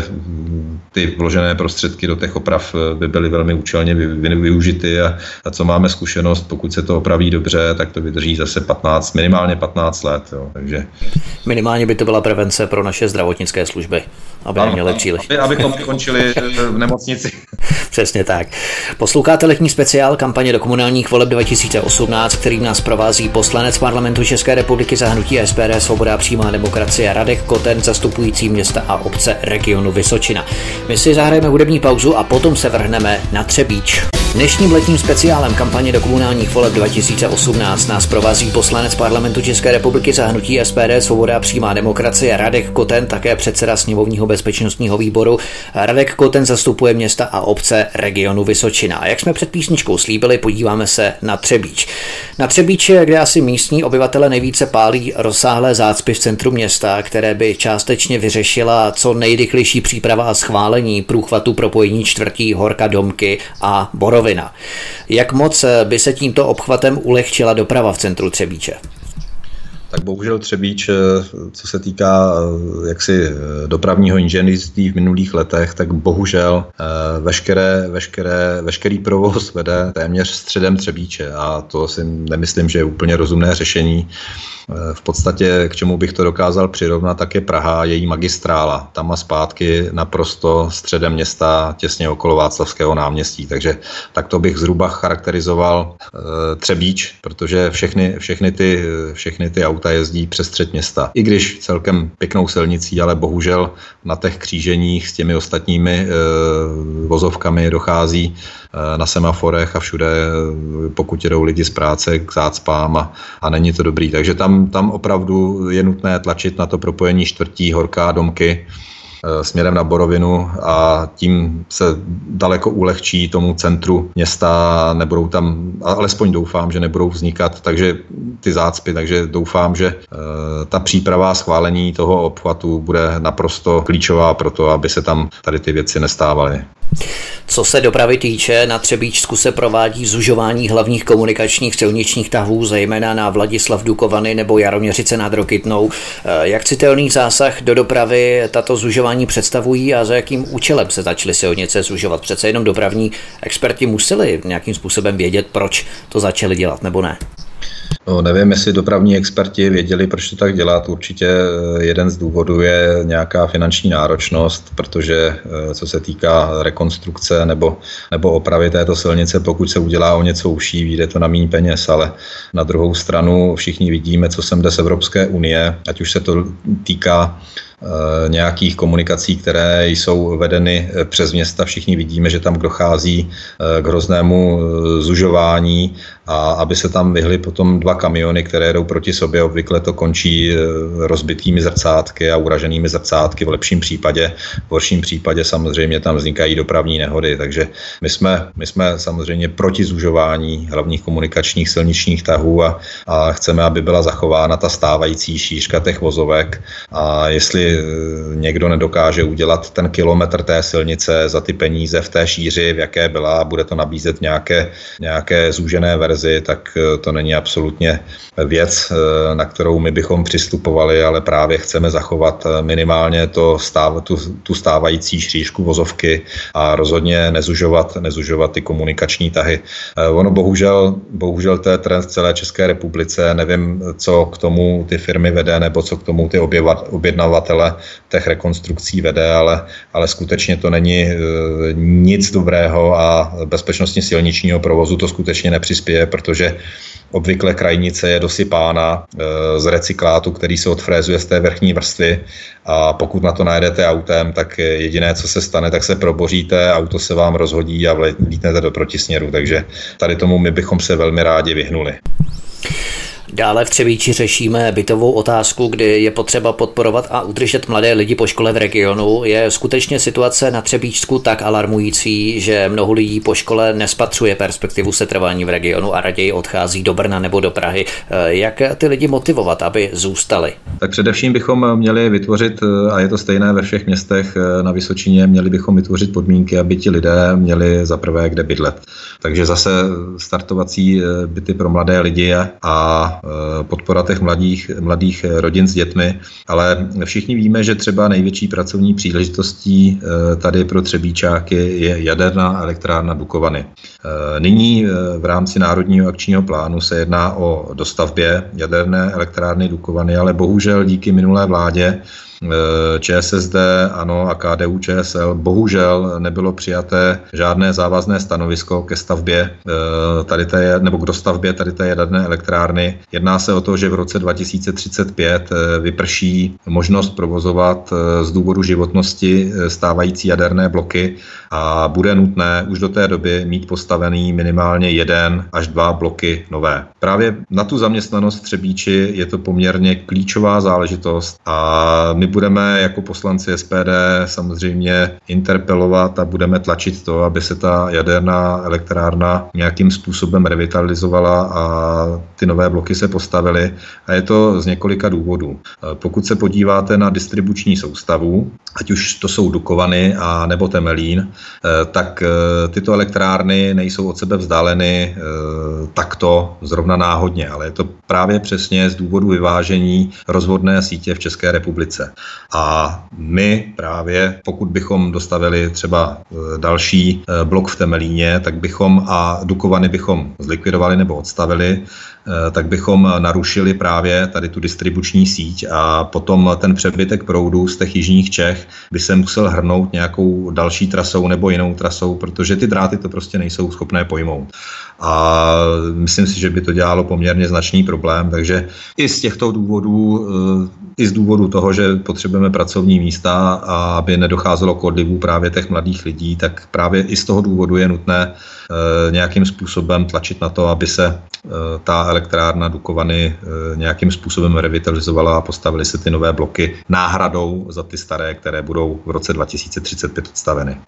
ty vložené prostředky do těch oprav by byly velmi účelně využity a co máme zkušenost, pokud se to opraví dobře, tak to vydrží zase minimálně 15 let. Jo. Takže minimálně by to byla prevence pro naše zdravotnické služby, aby neměli příliš. Abychom končili v nemocnici. Přesně tak. Posloucháte letní speciál kampaně do komunálních voleb 2018, kterým nás provází poslanec Parlamentu České republiky za hnutí SPD Svoboda a přímá demokracie Radek Koten, zastupující města a obce regionu Vysočina. My si zahrajeme hudební pauzu a potom se vrhneme na Třebíč. Dnešním letním speciálem kampaně do komunálních voleb 2018 nás provází poslanec Parlamentu České republiky za hnutí SPD Svoboda a přímá demokracie Radek Koten, také předseda sněmovního bezpečnostního výboru. Radek Koten zastupuje města a obce regionu Vysočina. A jak jsme před písničkou slíbili, podíváme se na Třebíč. Na Třebíč, kde asi místní obyvatele nejvíce pálí rozsáhlé zácpy v centru města, které by částečně vyřešila co nejrychlejší příprava a schválení průchvatu propojení čtvrtí Horka Domky a Borovina. Jak moc by se tímto obchvatem ulehčila doprava v centru Třebíče? Tak bohužel Třebíč, co se týká jaksi dopravního inženýrství v minulých letech, tak bohužel veškerý provoz vede téměř středem Třebíče a to si nemyslím, že je úplně rozumné řešení. V podstatě, k čemu bych to dokázal přirovnat, tak je Praha, její magistrála. Tam a zpátky naprosto středem města, těsně okolo Václavského náměstí. Takže takto bych zhruba charakterizoval Třebíč, protože všechny ty auta jezdí přes střed města. I když celkem pěknou silnicí, ale bohužel na těch kříženích s těmi ostatními vozovkami dochází na semaforech a všude, pokud jedou lidi z práce, k zácpám a není to dobrý. Takže tam opravdu je nutné tlačit na to propojení čtvrtí Horka Domky směrem na Borovinu a tím se daleko ulehčí tomu centru města, nebudou tam, alespoň doufám, že nebudou vznikat, takže ty zácpy, takže doufám, že ta příprava schválení toho obchvatu bude naprosto klíčová pro to, aby se tam tady ty věci nestávaly. Co se dopravy týče, na Třebíčsku se provádí zužování hlavních komunikačních silničních tahů, zejména na Vladislav Dukovany nebo Jaroměřice nad Rokytnou. Jak citelný zásah do dopravy tato zužování představují a za jakým účelem se začaly silnice zužovat? Přece jenom dopravní experti museli nějakým způsobem vědět, proč to začali dělat, nebo ne? No, nevím, jestli dopravní experti věděli, proč to tak dělat. Určitě jeden z důvodů je nějaká finanční náročnost, protože co se týká rekonstrukce nebo opravy této silnice, pokud se udělá o něco užší, vyjde to na méně peněz, ale na druhou stranu všichni vidíme, co sem jde z Evropské unie, ať už se to týká nějakých komunikací, které jsou vedeny přes města. Všichni vidíme, že tam dochází k hroznému zužování a aby se tam vyhly potom dva kamiony, které jdou proti sobě, obvykle to končí rozbitými zrcátky a uraženými zrcátky v lepším případě. V horším případě samozřejmě tam vznikají dopravní nehody, takže my jsme samozřejmě proti zužování hlavních komunikačních silničních tahů a chceme, aby byla zachována ta stávající šířka těch vozovek a jestli někdo nedokáže udělat ten kilometr té silnice za ty peníze v té šíři, v jaké byla, a bude to nabízet nějaké zúžené verzi, tak to není absolutně věc, na kterou my bychom přistupovali, ale právě chceme zachovat minimálně tu stávající šířku vozovky a rozhodně nezužovat ty komunikační tahy. Ono bohužel to je trend v celé České republice, nevím, co k tomu ty firmy vede, nebo co k tomu ty objednavatele čele těch rekonstrukcí vede, ale skutečně to není nic dobrého a bezpečnostní silničního provozu to skutečně nepřispěje, protože obvykle krajnice je dosypána z recyklátu, který se odfrézuje z té vrchní vrstvy, a pokud na to najedete autem, tak jediné, co se stane, tak se proboříte, auto se vám rozhodí a vlítnete do protisměru, takže tady tomu my bychom se velmi rádi vyhnuli. Dále v Třebíči řešíme bytovou otázku, kdy je potřeba podporovat a udržet mladé lidi po škole v regionu. Je skutečně situace na Třebíčsku tak alarmující, že mnoho lidí po škole nespatřuje perspektivu setrvání v regionu a raději odchází do Brna nebo do Prahy. Jak ty lidi motivovat, aby zůstali? Tak především bychom měli vytvořit, a je to stejné ve všech městech na Vysočině, měli bychom vytvořit podmínky, aby ti lidé měli za prvé kde bydlet. Takže zase startovací byty pro mladé lidi a podpora těch mladých rodin s dětmi, ale všichni víme, že třeba největší pracovní příležitostí tady pro Třebíčáky je jaderná elektrárna Dukovany. Nyní v rámci Národního akčního plánu se jedná o dostavbě jaderné elektrárny Dukovany, ale bohužel díky minulé vládě ČSSD, ANO a KDU ČSL bohužel nebylo přijaté žádné závazné stanovisko ke stavbě k dostavbě tady té jaderné elektrárny. Jedná se o to, že v roce 2035 vyprší možnost provozovat z důvodu životnosti stávající jaderné bloky a bude nutné už do té doby mít postavený minimálně 1 až 2 bloky nové. Právě na tu zaměstnanost v Třebíči je to poměrně klíčová záležitost a my budeme jako poslanci SPD samozřejmě interpelovat a budeme tlačit to, aby se ta jaderná elektrárna nějakým způsobem revitalizovala a ty nové bloky se postavily. A je to z několika důvodů. Pokud se podíváte na distribuční soustavu, ať už to jsou Dukovany a nebo Temelín, tak tyto elektrárny nejsou od sebe vzdáleny takto zrovna náhodně, ale je to právě přesně z důvodu vyvážení rozvodné sítě v České republice. A my právě, pokud bychom dostavili třeba další blok v Temelíně, tak bychom a Dukovany bychom zlikvidovali nebo odstavili, tak bychom narušili právě tady tu distribuční síť a potom ten přebytek proudu z těch jižních Čech by se musel hrnout nějakou další trasou nebo jinou trasou, protože ty dráty to prostě nejsou schopné pojmout. A myslím si, že by to dělalo poměrně značný problém, takže i z těchto důvodů, i z důvodu toho, že potřebujeme pracovní místa a aby nedocházelo k odlivu právě těch mladých lidí, tak právě i z toho důvodu je nutné nějakým způsobem tlačit na to, aby se ta elektrárna Dukovany nějakým způsobem revitalizovala a postavily se ty nové bloky náhradou za ty staré, které budou v roce 2035 odstaveny.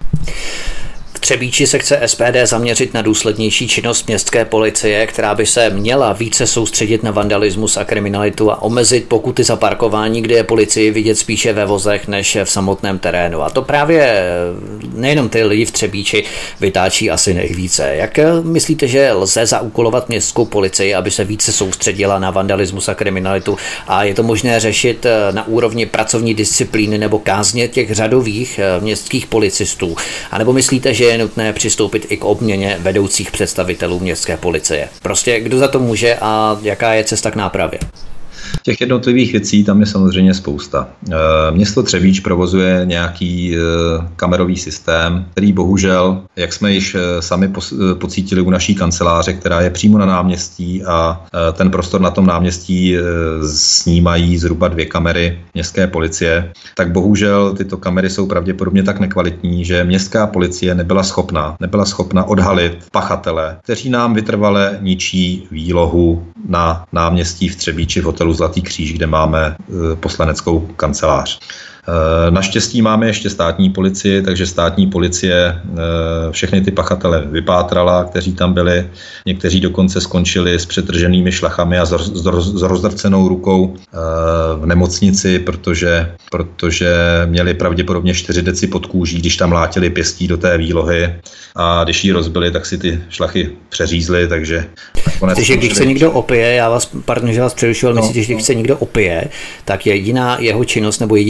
V Třebíči se chce SPD zaměřit na důslednější činnost městské policie, která by se měla více soustředit na vandalismus a kriminalitu a omezit pokuty za parkování, kde je policii vidět spíše ve vozech než v samotném terénu. A to právě nejenom ty lidi v Třebíči vytáčí asi nejvíce. Jak myslíte, že lze zaúkolovat městskou policii, aby se více soustředila na vandalismus a kriminalitu, a je to možné řešit na úrovni pracovní disciplíny nebo kázně těch řadových městských policistů? A nebo myslíte, že je nutné přistoupit i k obměně vedoucích představitelů městské policie? Prostě kdo za to může a jaká je cesta k nápravě? Těch jednotlivých věcí tam je samozřejmě spousta. Město Třebíč provozuje nějaký kamerový systém, který bohužel, jak jsme již sami pocítili u naší kanceláře, která je přímo na náměstí a ten prostor na tom náměstí snímají zhruba 2 kamery městské policie, tak bohužel tyto kamery jsou pravděpodobně tak nekvalitní, že městská policie nebyla schopna odhalit pachatele, kteří nám vytrvale ničí výlohu na náměstí v Třebíči v hotelu Zlatý kříž, kde máme poslaneckou kancelář. Naštěstí máme ještě státní policii, takže státní policie všechny ty pachatele vypátrala, kteří tam byli. Někteří dokonce skončili s přetrženými šlachami a s rozdrcenou rukou v nemocnici, protože měli pravděpodobně 4 deci pod kůží, když tam mlátili pěstí do té výlohy a když ji rozbili, tak si ty šlachy přeřízly, takže Takže když se někdo opije, pardon, že vás přerušil, myslíte, že když se někdo opije, tak jediná jeho činnost nebo jediná jeho myšlenka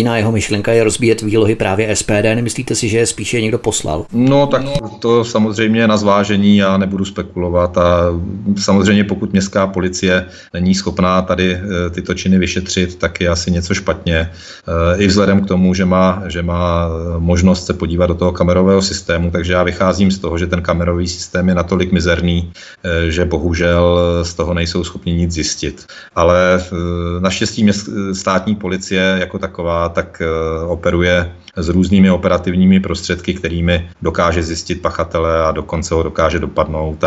myšlenka je rozbíjet výlohy právě SPD. Nemyslíte si, že je spíše někdo poslal? No tak to samozřejmě na zvážení, já nebudu spekulovat a samozřejmě pokud městská policie není schopná tady tyto činy vyšetřit, tak je asi něco špatně. I vzhledem k tomu, že má možnost se podívat do toho kamerového systému, takže já vycházím z toho, že ten kamerový systém je natolik mizerný, že bohužel z toho nejsou schopni nic zjistit. Ale naštěstí státní policie jako taková tak operuje s různými operativními prostředky, kterými dokáže zjistit pachatele a dokonce ho dokáže dopadnout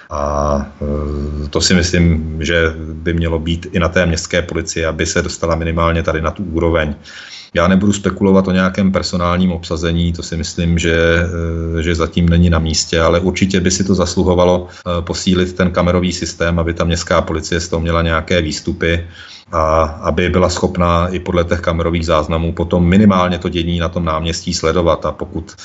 a to si myslím, že by mělo být i na té městské policii, aby se dostala minimálně tady na tu úroveň. Já nebudu spekulovat o nějakém personálním obsazení, to si myslím, že zatím není na místě, ale určitě by si to zasluhovalo posílit ten kamerový systém, aby ta městská policie z toho měla nějaké výstupy a aby byla schopná i podle těch kamerových záznamů potom minimálně to dění na tom náměstí sledovat. A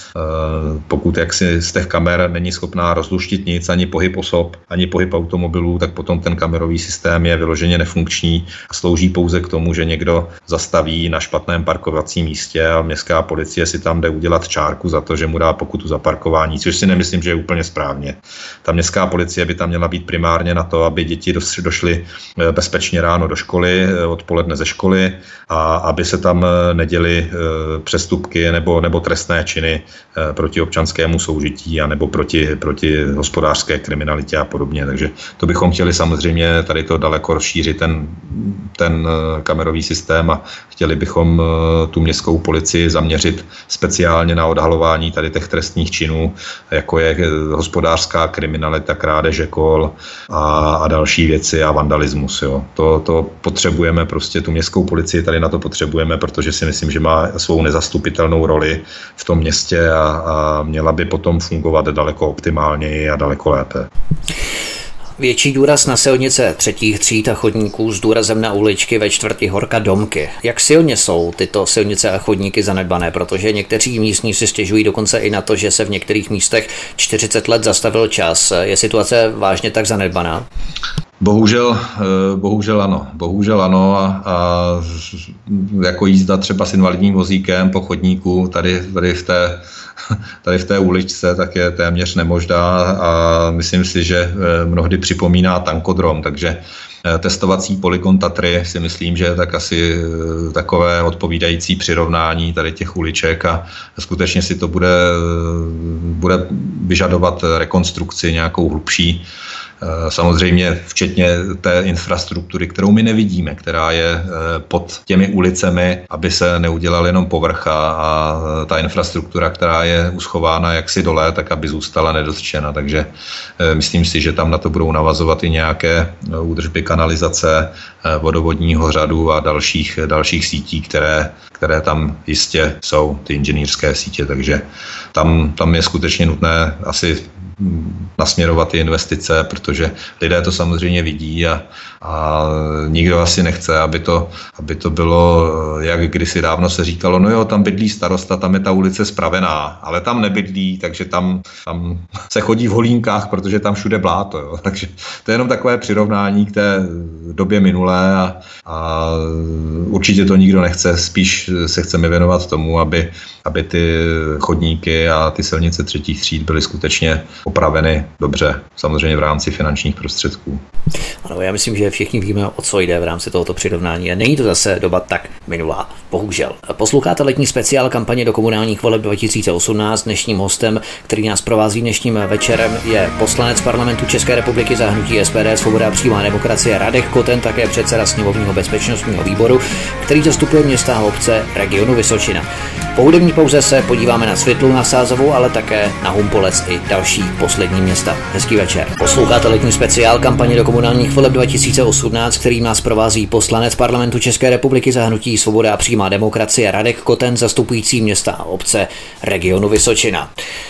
pokud jaksi z těch kamer není schopná rozluštit nic, ani pohyb osob, ani pohyb automobilů, tak potom ten kamerový systém je vyloženě nefunkční a slouží pouze k tomu, že někdo zastaví na špatném parkovacím místě a městská policie si tam jde udělat čárku za to, že mu dá pokutu za parkování, což si nemyslím, že je úplně správně. Ta městská policie by tam měla být primárně na to, aby děti došly bezpečně ráno do školy, odpoledne ze školy a aby se tam neděly přestupky nebo trestné činy proti občanskému soužití a nebo proti hospodářské kriminalitě a podobně. Takže to bychom chtěli samozřejmě tady to daleko rozšířit ten kamerový systém a chtěli bychom tu městskou policii zaměřit speciálně na odhalování tady těch trestních činů, jako je hospodářská kriminalita, krádeže kol a další věci a vandalismus. Jo. To potřebujeme prostě tu městskou policii, tady na to potřebujeme, protože si myslím, že má svou nezastupitelnou roli v tom městě a měla by potom fungovat daleko optimálněji a daleko lépe. Větší důraz na silnice třetích tříd a chodníků s důrazem na uličky ve čtvrti Horka Domky. Jak silně jsou tyto silnice a chodníky zanedbané, protože někteří místní si stěžují dokonce i na to, že se v některých místech 40 let zastavil čas. Je situace vážně tak zanedbaná? Bohužel ano a jako jízda třeba s invalidním vozíkem po chodníku tady v té uličce tak je téměř nemožná a myslím si, že mnohdy připomíná tankodrom, takže testovací poligon Tatry si myslím, že je tak asi takové odpovídající přirovnání tady těch uliček a skutečně si to bude vyžadovat rekonstrukci nějakou hlubší. Samozřejmě včetně té infrastruktury, kterou my nevidíme, která je pod těmi ulicemi, aby se neudělal jenom povrch a ta infrastruktura, která je uschována jaksi dole, tak aby zůstala nedotčena. Takže myslím si, že tam na to budou navazovat i nějaké údržby kanalizace, vodovodního řadu a dalších sítí, které tam jistě jsou, ty inženýrské sítě. Takže tam je skutečně nutné asi nasměrovat ty investice, protože lidé to samozřejmě vidí a nikdo asi nechce, aby to bylo, jak kdysi dávno se říkalo, no jo, tam bydlí starosta, tam je ta ulice spravená, ale tam nebydlí, takže tam se chodí v holínkách, protože tam všude bláto. Jo. Takže to je jenom takové přirovnání k té době minulé a určitě to nikdo nechce, spíš se chceme věnovat tomu, aby ty chodníky a ty silnice třetích tříd byly skutečně opraveny dobře, samozřejmě v rámci finančních prostředků. Ano, já myslím, že všichni víme, o co jde v rámci tohoto přirovnání a není to zase doba tak minulá, bohužel. Posloucháte letní speciál kampaně do komunálních voleb 2018. Dnešním hostem, který nás provází dnešním večerem, je poslanec Parlamentu České republiky za hnutí SPD Svoboda a přímá demokracie Radek Koten, také předseda sněmovního bezpečnostního výboru, který zastupuje města a obce regionu Vysočina. Po hudební pauze se podíváme na Světlou nad Sázavou, ale také na Humpolec i další poslední města. Hezký večer. Posloucháte letní speciál kampaně do komunálních voleb 2018, který nás provází poslanec Parlamentu České republiky za hnutí Svoboda a přímá demokracie Radek Koten, zastupující města a obce regionu Vysočina.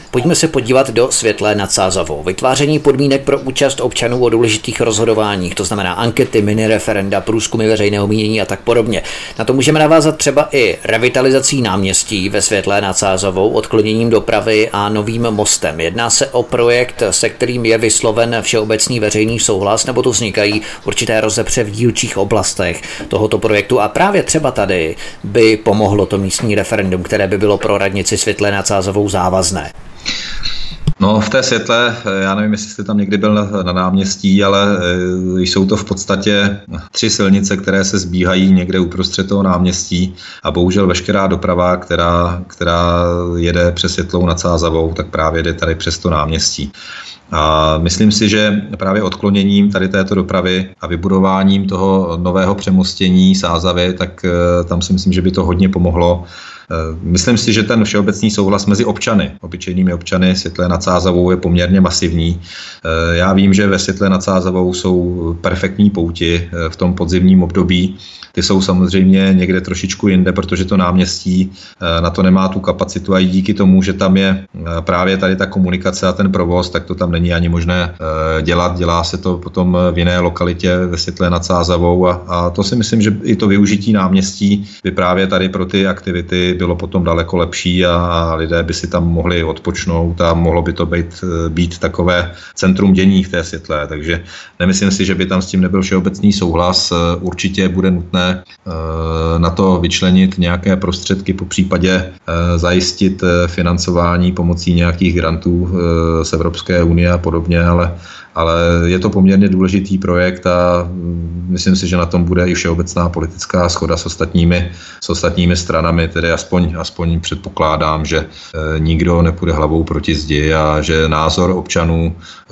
Pojďme se podívat do Světlé nad Sázavou. Vytváření podmínek pro účast občanů o důležitých rozhodováních, to znamená ankety, minireferenda, průzkumy veřejného mínění a tak podobně. Na to můžeme navázat třeba i revitalizací náměstí ve Světlé nad Sázavou, odkloněním dopravy a novým mostem. Jedná se o projekt, se kterým je vysloven všeobecný veřejný souhlas, nebo to vznikají určité rozepře v dílčích oblastech tohoto projektu a právě třeba tady by pomohlo to místní referendum, které by bylo pro radnici Světlé nad Sázavou závazné. No v té Světlé, já nevím, jestli jste tam někdy byl na náměstí, ale jsou to v podstatě 3 silnice, které se zbíhají někde uprostřed toho náměstí a bohužel veškerá doprava, která jede přes Světlou nad Sázavou, tak právě jde tady přes to náměstí. A myslím si, že právě odkloněním tady této dopravy a vybudováním toho nového přemostění Sázavy, tak tam si myslím, že by to hodně pomohlo. Myslím si, že ten všeobecný souhlas mezi občany, obyčejnými občany Světlé nad Sázavou je poměrně masivní. Já vím, že ve Světlé nad Sázavou jsou perfektní pouti v tom podzimním období. Ty jsou samozřejmě někde trošičku jinde, protože to náměstí na to nemá tu kapacitu a i díky tomu, že tam je právě tady ta komunikace a ten provoz, tak to tam není ani možné dělat. Dělá se to potom v jiné lokalitě ve Světlé nad Sázavou a to si myslím, že i to využití náměstí by právě tady pro ty aktivity bylo potom daleko lepší a lidé by si tam mohli odpočnout a mohlo by to být takové centrum dění v té Světlé. Takže nemyslím si, že by tam s tím nebyl všeobecný souhlas. Určitě bude nutné na to vyčlenit nějaké prostředky, po případě zajistit financování pomocí nějakých grantů z Evropské unie a podobně, ale je to poměrně důležitý projekt a myslím si, že na tom bude i všeobecná politická shoda s ostatními stranami, tedy aspoň předpokládám, že nikdo nepůjde hlavou proti zdi a že názor občanů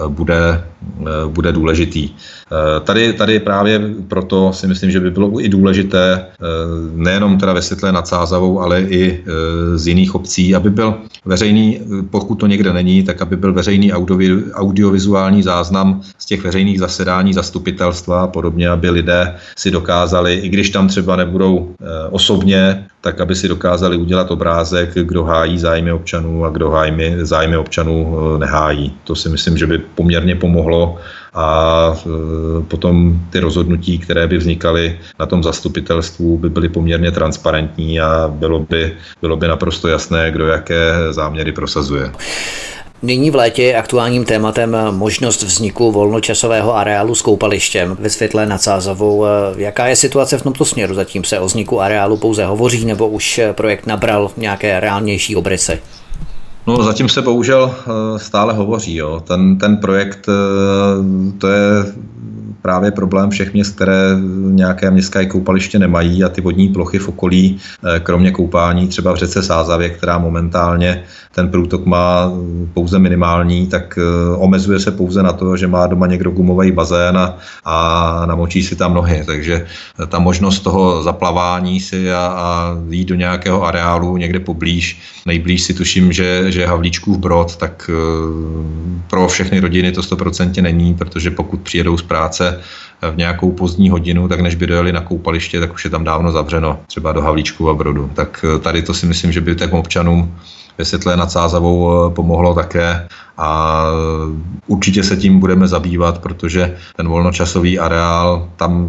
bude důležitý. Tady právě proto si myslím, že by bylo i důležité nejenom teda ve Světlé nad Sázavou, ale i z jiných obcí, aby byl veřejný, pokud to někde není, tak aby byl veřejný audiovizuální záznam z těch veřejných zasedání zastupitelstva a podobně, aby lidé si dokázali, i když tam třeba nebudou osobně, tak aby si dokázali udělat obrázek, kdo hájí zájmy občanů a kdo zájmy občanů nehájí. To si myslím, že by poměrně pomohlo a potom ty rozhodnutí, které by vznikaly na tom zastupitelstvu, by byly poměrně transparentní a bylo by naprosto jasné, kdo jaké záměry prosazuje. Nyní v létě je aktuálním tématem možnost vzniku volnočasového areálu s koupalištěm ve Světlé nad Sázavou. Jaká je situace v tomto směru? Zatím se o vzniku areálu pouze hovoří, nebo už projekt nabral nějaké reálnější obrysy? No, zatím se bohužel stále hovoří. Jo. Ten projekt, to je právě problém všech měst, které nějaké městské koupaliště nemají a ty vodní plochy v okolí, kromě koupání třeba v řece Sázavě, která momentálně ten průtok má pouze minimální, tak omezuje se pouze na to, že má doma někdo gumový bazén a namočí si tam nohy. Takže ta možnost toho zaplavání si a jít do nějakého areálu někde poblíž, nejblíž si tuším, že je Havlíčkův Brod, tak pro všechny rodiny to 100% není, protože pokud přijedou z práce v nějakou pozdní hodinu, tak než by dojeli na koupaliště, tak už je tam dávno zavřeno, třeba do Havlíčkůva Brodu. Tak tady to si myslím, že by těm občanům ve Světlé nad Sázavou pomohlo také a určitě se tím budeme zabývat, protože ten volnočasový areál,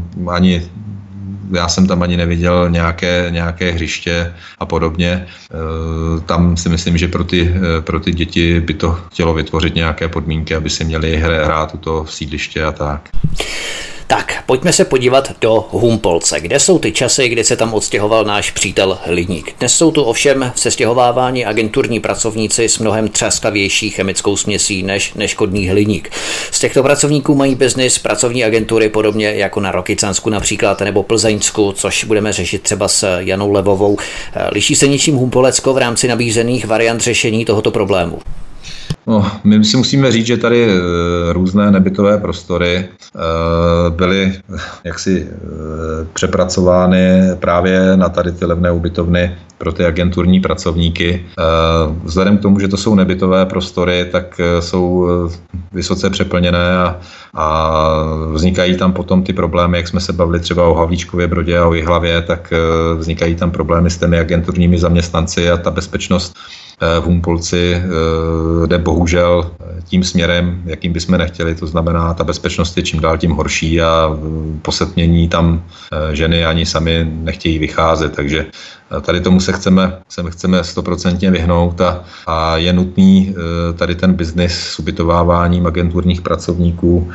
já jsem tam ani neviděl nějaké hřiště a podobně. Tam si myslím, že pro ty děti by to chtělo vytvořit nějaké podmínky, aby si měli hrát u toho sídliště a tak. Tak, pojďme se podívat do Humpolce. Kde jsou ty časy, kdy se tam odstěhoval náš přítel Hliník? Dnes jsou tu ovšem v sestěhovávání agenturní pracovníci s mnohem třaskavější chemickou směsí než neškodný hliník. Z těchto pracovníků mají biznis pracovní agentury podobně jako na Rokycansku například nebo Plzeňsku, což budeme řešit třeba s Janou Levovou. Liší se něčím Humpolecko v rámci nabízených variant řešení tohoto problému? No, my si musíme říct, že tady různé nebytové prostory byly jaksi přepracovány právě na tady ty levné ubytovny pro ty agenturní pracovníky. Vzhledem k tomu, že to jsou nebytové prostory, tak jsou vysoce přeplněné a vznikají tam potom ty problémy, jak jsme se bavili třeba o Havlíčkově Brodě a o Jihlavě, tak vznikají tam problémy s těmi agenturními zaměstnanci a ta bezpečnost v Humpolci jde bohužel tím směrem, jakým bychom nechtěli, to znamená, ta bezpečnost je čím dál tím horší a po setmění tam ženy ani sami nechtějí vycházet, takže tady tomu se chceme 100% vyhnout a je nutný tady ten biznis s ubytováváním agenturních pracovníků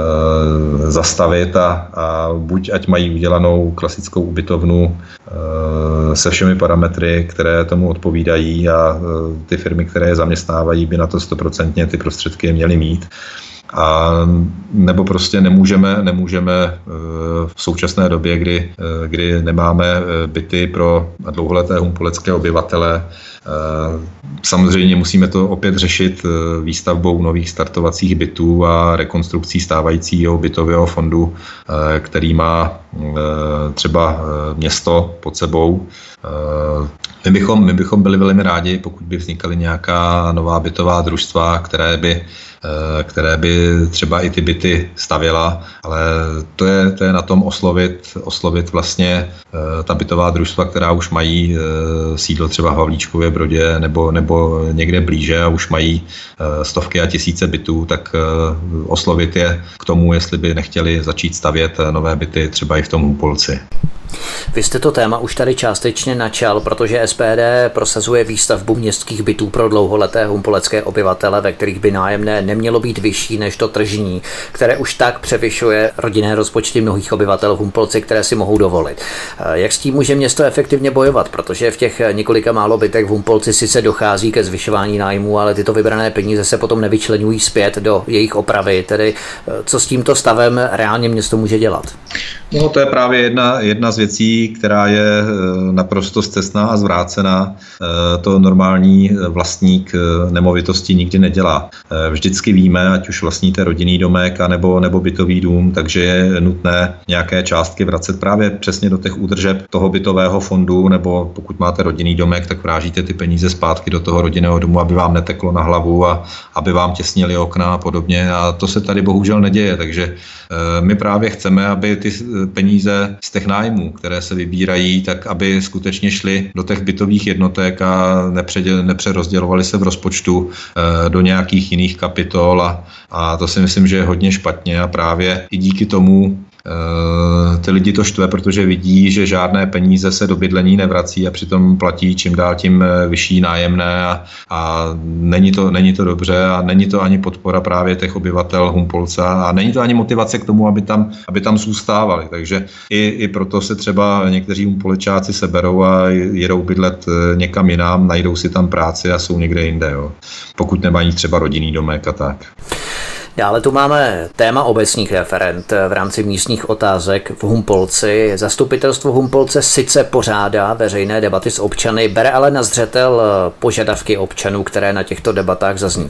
zastavit a buď ať mají udělanou klasickou ubytovnu se všemi parametry, které tomu odpovídají a ty firmy, které je zaměstnávají, by na to 100% ty prostředky měly mít. A nebo prostě nemůžeme v současné době, kdy nemáme byty pro dlouholeté humpolecké obyvatele. Samozřejmě musíme to opět řešit výstavbou nových startovacích bytů a rekonstrukcí stávajícího bytového fondu, který má třeba město pod sebou. My bychom byli velmi rádi, pokud by vznikaly nějaká nová bytová družstva, které by třeba i ty byty stavěla, ale to je na tom oslovit vlastně ta bytová družstva, která už mají sídlo třeba v Havlíčkově Brodě nebo někde blíže a už mají stovky a tisíce bytů, tak oslovit je k tomu, jestli by nechtěli začít stavět nové byty třeba i v tom Humpolci. Vy jste to téma už tady částečně načal, protože SPD prosazuje výstavbu městských bytů pro dlouholeté humpolecké obyvatele, ve kterých by nájemné nemělo být vyšší než to tržní, které už tak převyšuje rodinné rozpočty mnohých obyvatel v Humpolci, které si mohou dovolit. Jak s tím může město efektivně bojovat, protože v těch několika málo bytech v Humpolci sice dochází ke zvyšování nájmů, ale tyto vybrané peníze se potom nevyčleňují zpět do jejich opravy, tedy co s tímto stavem reálně město může dělat? No, to je právě jedna z věcí, která je naprosto scestná a zvrácená. To normální vlastník nemovitosti nikdy nedělá. Vždycky víme, ať už vlastníte rodinný domek nebo bytový dům, takže je nutné nějaké částky vracet právě přesně do těch údržeb toho bytového fondu, nebo pokud máte rodinný domek, tak vrážíte ty peníze zpátky do toho rodinného domu, aby vám neteklo na hlavu a aby vám těsnili okna a podobně. A to se tady bohužel neděje, takže my právě chceme, aby ty peníze z těch nájmů, které se vybírají, tak aby skutečně šly do těch bytových jednotek a nepřerozdělovaly se v rozpočtu do nějakých jiných kapitol a to si myslím, že je hodně špatně a právě i díky tomu ty lidi to štve, protože vidí, že žádné peníze se do bydlení nevrací a přitom platí čím dál tím vyšší nájemné a není to dobře a není to ani podpora právě těch obyvatel Humpolce a není to ani motivace k tomu, aby tam zůstávali. Takže i proto se třeba někteří Humpolečáci seberou a jedou bydlet někam jinam, najdou si tam práci a jsou někde jinde, jo. Pokud nemají třeba rodinný domek a tak. Dále tu máme téma obecních referent v rámci místních otázek v Humpolci. Zastupitelstvo Humpolce sice pořádá veřejné debaty s občany, bere ale na zřetel požadavky občanů, které na těchto debatách zazní.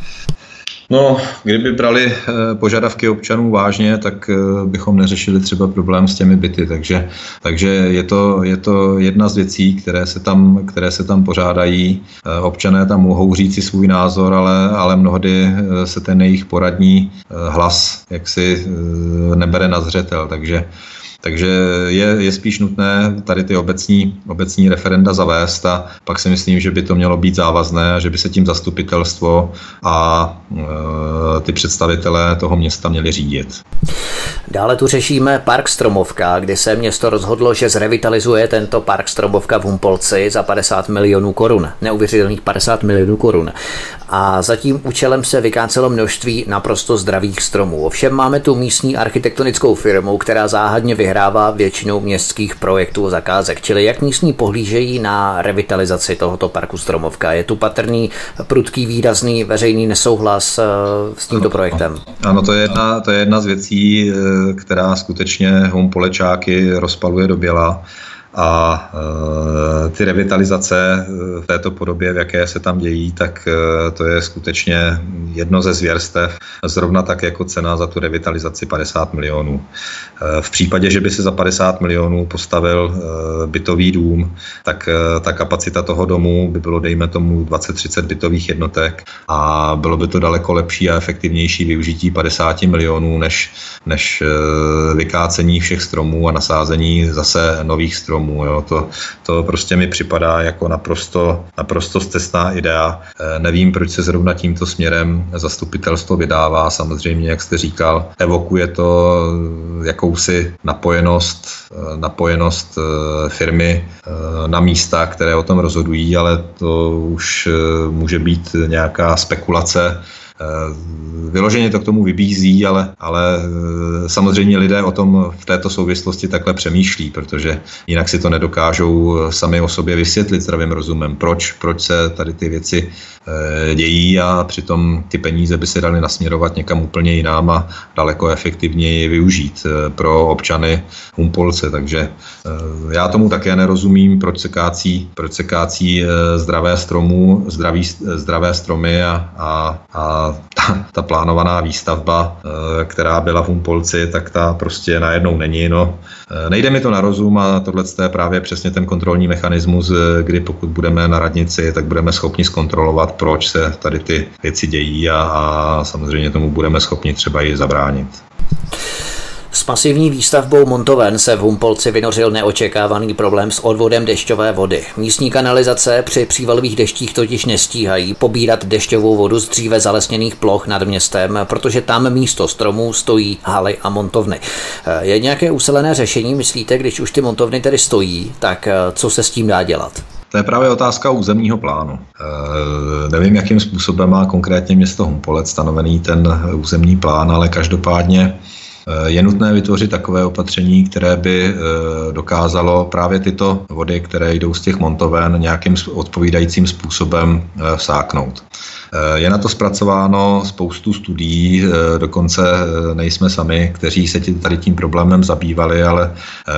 No, kdyby brali požadavky občanů vážně, tak bychom neřešili třeba problém s těmi byty, takže je to jedna z věcí, které se tam pořádají. Občané tam mohou říct si svůj názor, ale mnohdy se ten jejich poradní hlas jaksi nebere na zřetel, takže je spíš nutné tady ty obecní referenda zavést a pak si myslím, že by to mělo být závazné a že by se tím zastupitelstvo a ty představitelé toho města měli řídit. Dále tu řešíme park Stromovka, kdy se město rozhodlo, že zrevitalizuje tento park Stromovka v Humpolci za 50 milionů korun. Neuvěřitelných 50 milionů korun. A za tím účelem se vykácelo množství naprosto zdravých stromů. Ovšem máme tu místní architektonickou firmu, která záhadně vyhrává většinou městských projektů a zakázek. Čili jak místní pohlížejí na revitalizaci tohoto parku Stromovka? Je tu patrný prudký výrazný veřejný nesouhlas s tímto projektem? Ano, to je jedna z věcí, která skutečně Humpolečáky rozpaluje do běla. A ty revitalizace v této podobě, v jaké se tam dějí, tak to je skutečně jedno ze zvěrstev, zrovna tak jako cena za tu revitalizaci 50 milionů. V případě, že by se za 50 milionů postavil bytový dům, tak ta kapacita toho domu by bylo, dejme tomu, 20-30 bytových jednotek a bylo by to daleko lepší a efektivnější využití 50 milionů než vykácení všech stromů a nasázení zase nových stromů stromů. Jo. To prostě mi připadá jako naprosto scestná idea. Nevím, proč se zrovna tímto směrem zastupitelstvo vydává. Samozřejmě, jak jste říkal, evokuje to jakousi napojenost firmy na místa, které o tom rozhodují, ale to už může být nějaká spekulace. Vyloženě to k tomu vybízí, ale samozřejmě lidé o tom v této souvislosti takhle přemýšlí, protože jinak si to nedokážou sami o sobě vysvětlit zdravým rozumem, proč se tady ty věci dějí a přitom ty peníze by se daly nasměrovat někam úplně jinam a daleko efektivněji využít pro občany Humpolce. Takže já tomu také nerozumím, proč se kácí zdravé stromy a ta plánovaná výstavba, která byla v Humpolci, tak ta prostě najednou není. No, nejde mi to na rozum a tohle je právě přesně ten kontrolní mechanismus, kdy pokud budeme na radnici, tak budeme schopni zkontrolovat, proč se tady ty věci dějí a samozřejmě tomu budeme schopni třeba i zabránit. S masivní výstavbou montoven se v Humpolci vynořil neočekávaný problém s odvodem dešťové vody. Místní kanalizace při přívalových deštích totiž nestíhají pobírat dešťovou vodu z dříve zalesněných ploch nad městem, protože tam místo stromů stojí haly a montovny. Je nějaké ucelené řešení, myslíte, když už ty montovny tedy stojí, tak co se s tím dá dělat? To je právě otázka územního plánu. Nevím, jakým způsobem má konkrétně město Humpolec stanovený ten územní plán, ale každopádně je nutné vytvořit takové opatření, které by dokázalo právě tyto vody, které jdou z těch montoven, nějakým odpovídajícím způsobem vsáknout. Je na to zpracováno spoustu studií, dokonce nejsme sami, kteří se tady tím problémem zabývali, ale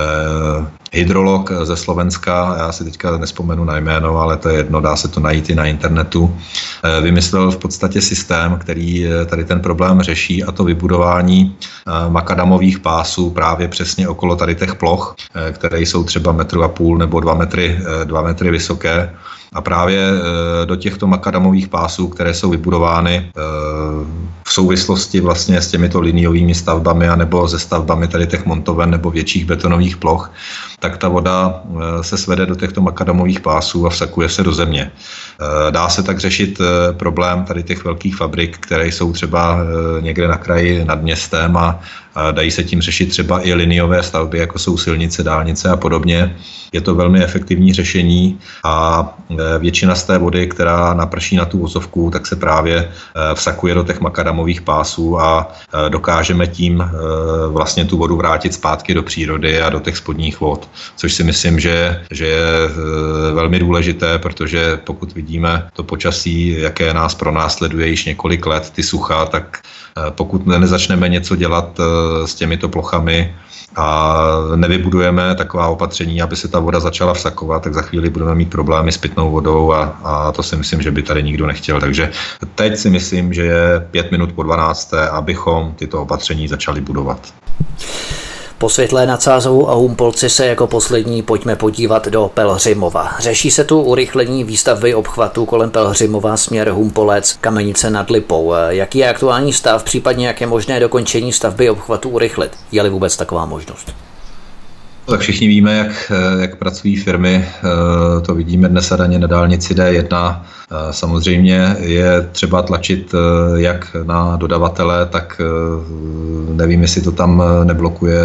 hydrolog ze Slovenska, já si teďka nespomenu na jméno, ale to je jedno, dá se to najít i na internetu, vymyslel v podstatě systém, který tady ten problém řeší, a to vybudování makadamových pásů právě přesně okolo tady těch ploch, které jsou třeba 1,5 m nebo 2 metry vysoké. A právě do těchto makadamových pásů, které jsou vybudovány v souvislosti vlastně s těmito liniovými stavbami anebo se stavbami tady těch montoven nebo větších betonových ploch, tak ta voda se svede do těchto makadamových pásů a vsakuje se do země. Dá se tak řešit problém tady těch velkých fabrik, které jsou třeba někde na kraji nad městem a dají se tím řešit třeba i liniové stavby, jako jsou silnice, dálnice a podobně. Je to velmi efektivní řešení a většina z té vody, která naprší na tu vozovku, tak se právě vsakuje do těch makadamových pásů a dokážeme tím vlastně tu vodu vrátit zpátky do přírody a do těch spodních vod. Což si myslím, že je velmi důležité, protože pokud vidíme to počasí, jaké nás pronásleduje již několik let, ty sucha, tak pokud nezačneme něco dělat s těmito plochami a nevybudujeme taková opatření, aby se ta voda začala vsakovat, tak za chvíli budeme mít problémy s pitnou vodou a to si myslím, že by tady nikdo nechtěl. Takže teď si myslím, že je 5 minut po 12, abychom tyto opatření začali budovat. Po Světlé nad Sázavou a Humpolci se jako poslední pojďme podívat do Pelhřimova. Řeší se tu urychlení výstavby obchvatu kolem Pelhřimova směr Humpolec, Kamenice nad Lipou. Jaký je aktuální stav, případně jak je možné dokončení stavby obchvatu urychlit? Je-li vůbec taková možnost? Tak všichni víme, jak pracují firmy, to vidíme dnes a denně na dálnici D1. Samozřejmě je třeba tlačit jak na dodavatele, tak nevím, jestli to tam neblokuje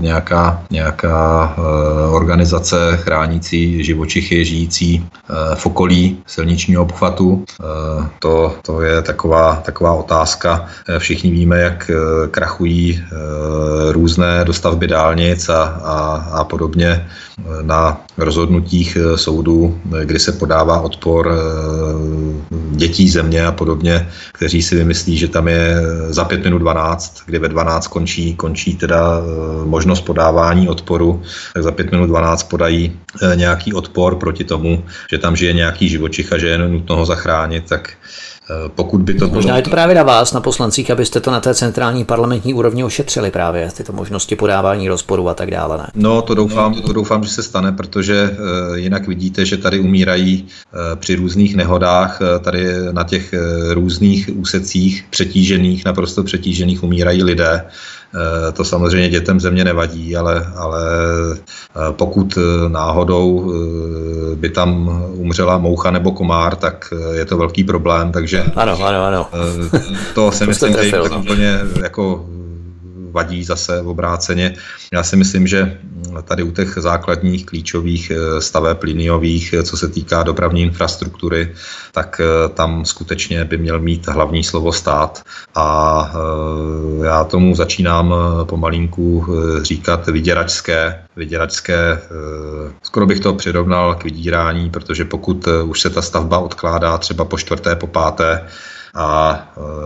nějaká organizace chránící živočichy žijící v okolí silničního obchvatu. To je taková otázka. Všichni víme, jak krachují různé dostavby dálnic a podobně na rozhodnutích soudů, kdy se podává odpor dětí země a podobně, kteří si vymyslí, že tam je za 5 minut 12, kdy ve 12 končí teda možnost podávání odporu, tak za 5 minut 12 podají nějaký odpor proti tomu, že tam žije nějaký živočich a že je nutno ho zachránit, tak pokud by to bylo... Možná je to právě na vás, na poslancích, abyste to na té centrální parlamentní úrovni ošetřili právě, tyto možnosti podávání rozporu a tak dále, ne? No, to doufám, že se stane, protože jinak vidíte, že tady umírají při různých nehodách, tady na těch různých úsecích naprosto přetížených umírají lidé. To samozřejmě dětem země nevadí, ale pokud náhodou by tam umřela moucha nebo komár, tak je to velký problém, takže ano. To si myslím, že tak úplně jako vadí zase obráceně. Já si myslím, že tady u těch základních klíčových staveb liniových, co se týká dopravní infrastruktury, tak tam skutečně by měl mít hlavní slovo stát. A já tomu začínám pomalinku říkat vyděračské, skoro bych to přirovnal k vydírání, protože pokud už se ta stavba odkládá třeba po 4., po 5. a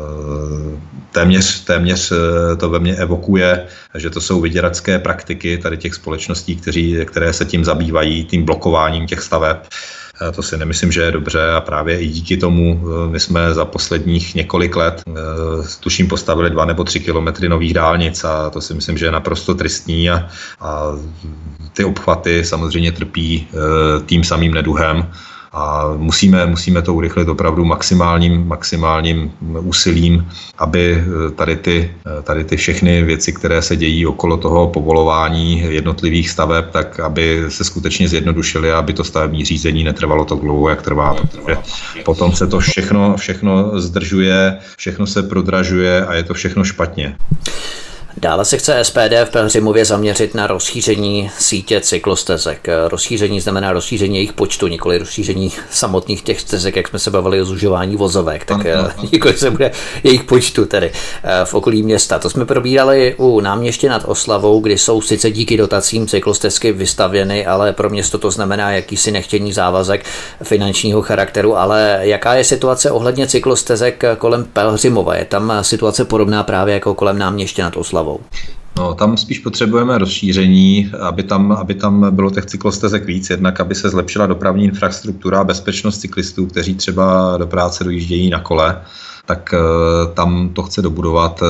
téměř to ve mně evokuje, že to jsou vyděračské praktiky tady těch společností, které se tím zabývají, tím blokováním těch staveb. To si nemyslím, že je dobře a právě i díky tomu my jsme za posledních několik let tuším postavili 2 nebo 3 kilometry nových dálnic a to si myslím, že je naprosto tristní a ty obchvaty samozřejmě trpí tím samým neduhem. A musíme to urychlit opravdu maximálním úsilím, aby tady ty všechny věci, které se dějí okolo toho povolování jednotlivých staveb, tak aby se skutečně zjednodušily a aby to stavební řízení netrvalo tak dlouho, jak trvá, protože potom se to všechno zdržuje, všechno se prodražuje a je to všechno špatně. Dále se chce SPD v Pelhřimově zaměřit na rozšíření sítě cyklostezek. Rozšíření znamená rozšíření jejich počtu, nikoli rozšíření samotných těch stezek, jak jsme se bavili o zužování vozovek, tak nikoli se bude jejich počtu tedy v okolí města. To jsme probírali u Náměště nad Oslavou, kdy jsou sice díky dotacím cyklostezky vystavěny, ale pro město to znamená jakýsi nechtěný závazek finančního charakteru. Ale jaká je situace ohledně cyklostezek kolem Pelhřimova? Je tam situace podobná právě jako kolem Náměště nad Oslavou? No, tam spíš potřebujeme rozšíření, aby tam bylo těch cyklostezek víc, jednak aby se zlepšila dopravní infrastruktura a bezpečnost cyklistů, kteří třeba do práce dojíždějí na kole, tak tam to chce dobudovat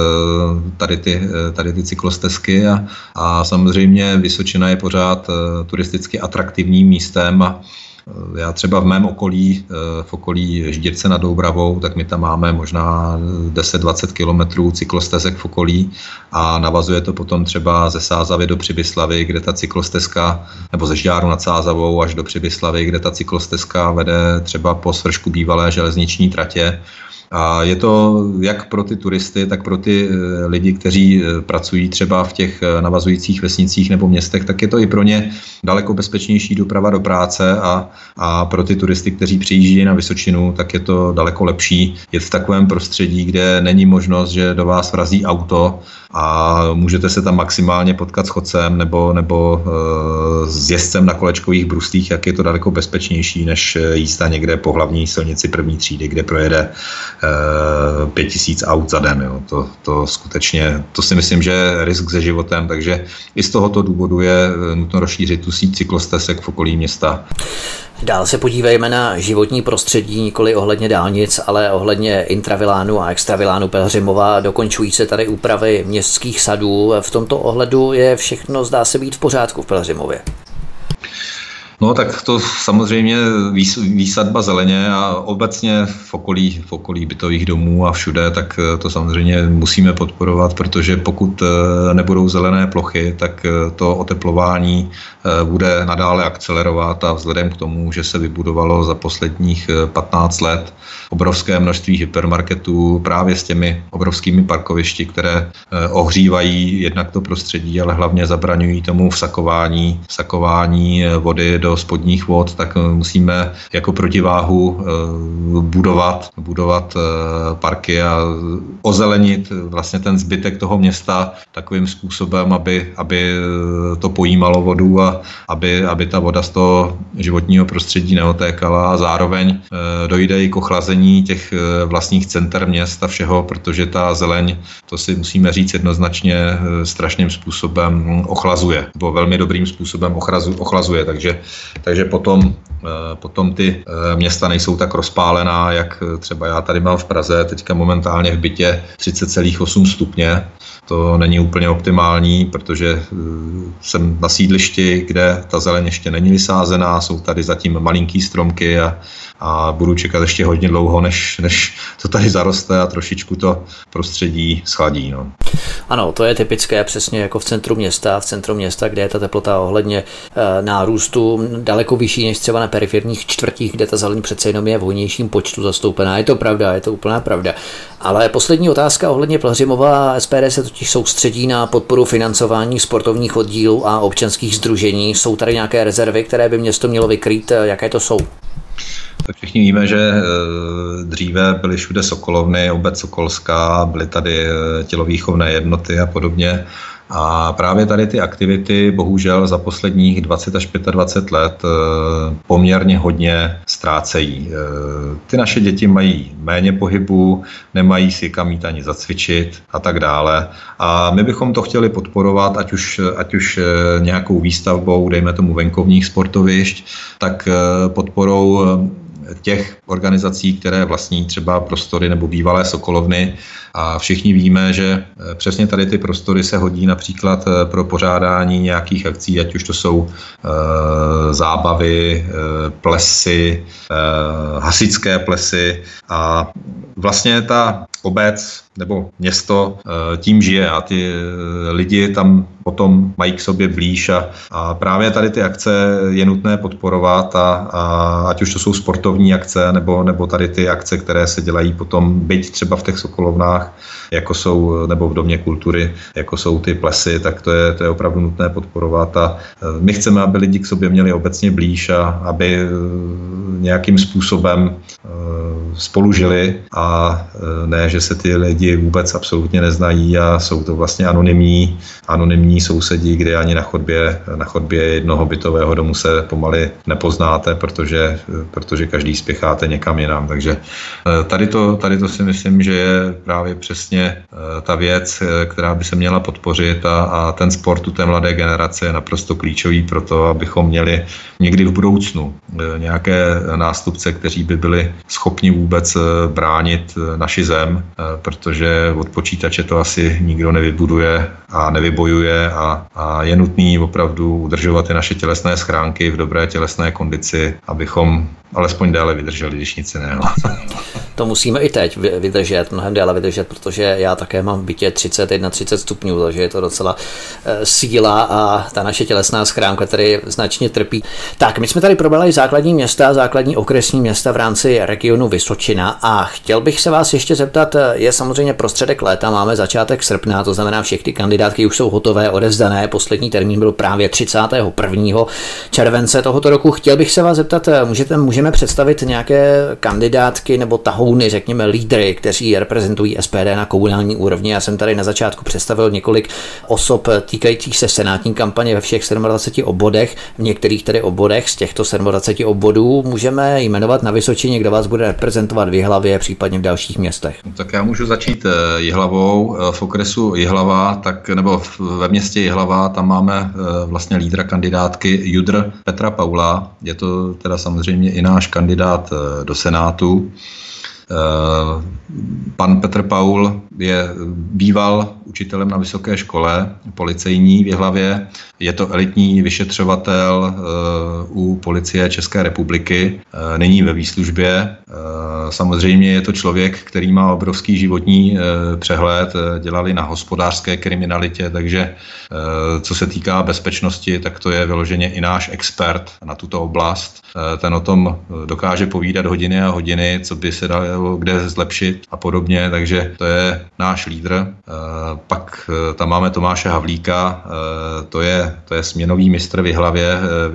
tady ty cyklostezky a samozřejmě Vysočina je pořád turisticky atraktivním místem a já třeba v mém okolí, v okolí Žděrce nad Doubravou, tak my tam máme možná 10-20 kilometrů cyklostezek v okolí a navazuje to potom třeba ze Sázavy do Přibyslavy, kde ta cyklostezka, nebo ze Žďáru nad Sázavou až do Přibyslavy, kde ta cyklostezka vede třeba po svršku bývalé železniční tratě. A je to jak pro ty turisty, tak pro ty lidi, kteří pracují třeba v těch navazujících vesnicích nebo městech, tak je to i pro ně daleko bezpečnější doprava do práce a pro ty turisty, kteří přijíždějí na Vysočinu, tak je to daleko lepší jet v takovém prostředí, kde není možnost, že do vás vrazí auto a můžete se tam maximálně potkat s chodcem nebo s jezdcem na kolečkových bruslích, jak je to daleko bezpečnější než jízda někde po hlavní silnici 1. třídy, kde projede 5000 aut za den. Jo. To skutečně, to si myslím, že je risk se životem, takže i z tohoto důvodu je nutno rozšířit tu síť cyklostezek v okolí města. Dál se podívejme na životní prostředí, nikoli ohledně dálnic, ale ohledně intravilánu a extravilánu Pelhřimova. Dokončují se tady úpravy městských sadů. V tomto ohledu je všechno, zdá se, být v pořádku v Pelhřimově. No tak to samozřejmě výsadba zeleně a obecně v okolí bytových domů a všude, tak to samozřejmě musíme podporovat, protože pokud nebudou zelené plochy, tak to oteplování bude nadále akcelerovat a vzhledem k tomu, že se vybudovalo za posledních 15 let obrovské množství hypermarketů právě s těmi obrovskými parkovišti, které ohřívají jednak to prostředí, ale hlavně zabraňují tomu vsakování vody do spodních vod, tak musíme jako protiváhu budovat parky a ozelenit vlastně ten zbytek toho města takovým způsobem, aby to pojímalo vodu a aby ta voda z toho životního prostředí neotékala a zároveň dojde i k ochlazení těch vlastních center měst a všeho, protože ta zeleň, to si musíme říct jednoznačně, strašným způsobem ochlazuje, nebo velmi dobrým způsobem ochlazuje, takže potom ty města nejsou tak rozpálená, jak třeba já tady mám v Praze, teďka momentálně v bytě 30,8 stupně. to není úplně optimální, protože jsem na sídlišti, kde ta zeleň ještě není vysázená, jsou tady zatím malinký stromky a budu čekat ještě hodně dlouho, než to tady zaroste a trošičku to prostředí schladí. No. Ano, to je typické přesně jako v centru města, kde je ta teplota ohledně nárůstu daleko vyšší než třeba na periferních čtvrtích, kde ta zeleň přece jenom je v hojnějším počtu zastoupená. Je to pravda, je to úplná pravda. Ale poslední otázka ohledně Pelhřimova. SPD se totiž soustředí na podporu financování sportovních oddílů a občanských sdružení. Jsou tady nějaké rezervy, které by město mělo vykrýt? Jaké to jsou? Tak všichni víme, že dříve byly všude sokolovny, obec Sokolská, byly tady tělovýchovné jednoty a podobně. A právě tady ty aktivity bohužel za posledních 20 až 25 let poměrně hodně ztrácejí. Ty naše děti mají méně pohybu, nemají si kam jít ani zacvičit a tak dále. A my bychom to chtěli podporovat, ať už nějakou výstavbou, dejme tomu venkovních sportovišť, tak podporou těch organizací, které vlastní třeba prostory nebo bývalé sokolovny. A všichni víme, že přesně tady ty prostory se hodí například pro pořádání nějakých akcí, ať už to jsou zábavy, plesy, hasičské plesy. A vlastně ta obec nebo město tím žije a ty lidi tam potom mají k sobě blíž a právě tady ty akce je nutné podporovat a ať už to jsou sportovní akce nebo tady ty akce, které se dělají potom byť třeba v těch sokolovnách, jako jsou, nebo v Domě kultury, jako jsou ty plesy, tak to je opravdu nutné podporovat a my chceme, aby lidi k sobě měli obecně blíž a aby nějakým způsobem spolu žili a ne, že se ty lidi vůbec absolutně neznají a jsou to vlastně anonymní sousedi, kde ani na chodbě jednoho bytového domu se pomaly nepoznáte, protože každý spěcháte někam jinam. Takže tady to si myslím, že je právě přesně ta věc, která by se měla podpořit a ten sport u té mladé generace je naprosto klíčový pro to, abychom měli někdy v budoucnu nějaké nástupce, kteří by byli schopni vůbec bránit naši zem, protože od počítače to asi nikdo nevybuduje a nevybojuje a je nutný opravdu udržovat ty naše tělesné schránky v dobré tělesné kondici, abychom alespoň déle vydrželi, když nic jiného. To musíme i teď vydržet, mnohem déle vydržet, protože já také mám v bytě 31 stupňů, takže je to docela síla a ta naše tělesná schránka tady značně trpí. Tak, my jsme tady probrali základní města, základní okresní města v rámci regionu Vysočina a chtěl bych se vás ještě zeptat, je samozřejmě prostředek léta, máme začátek srpna, to znamená všechny kandidátky už jsou hotové, odevzdané, poslední termín byl právě 31. července tohoto roku. Chtěl bych se vás zeptat, můžeme představit nějaké kandidátky nebo tahouny, řekněme lídry, kteří reprezentují SPD na komunální úrovni. Já jsem tady na začátku představil několik osob týkajících se senátní kampaně ve všech 27 obvodech, v některých tedy obvodech z těchto 27 obvodů můžeme jmenovat na Vysočině, kdo vás bude reprezentovat v Jihlavě, případně v dalších městech. Tak já můžu začít Jihlavou. V okresu Jihlava, nebo ve městě Jihlava, tam máme vlastně lídra kandidátky JUDr Petra Paula. Je to teda samozřejmě i náš kandidát do Senátu. Pan Petr Paul býval učitelem na vysoké škole policejní v Jihlavě. Je to elitní vyšetřovatel u Policie České republiky. Není ve výslužbě. Samozřejmě je to člověk, který má obrovský životní přehled. Dělali na hospodářské kriminalitě, takže co se týká bezpečnosti, tak to je vyloženě i náš expert na tuto oblast. Ten o tom dokáže povídat hodiny a hodiny, co by se dalo kde zlepšit a podobně, takže to je náš lídr. Pak tam máme Tomáše Havlíka, to je směnový mistr v Jihlavě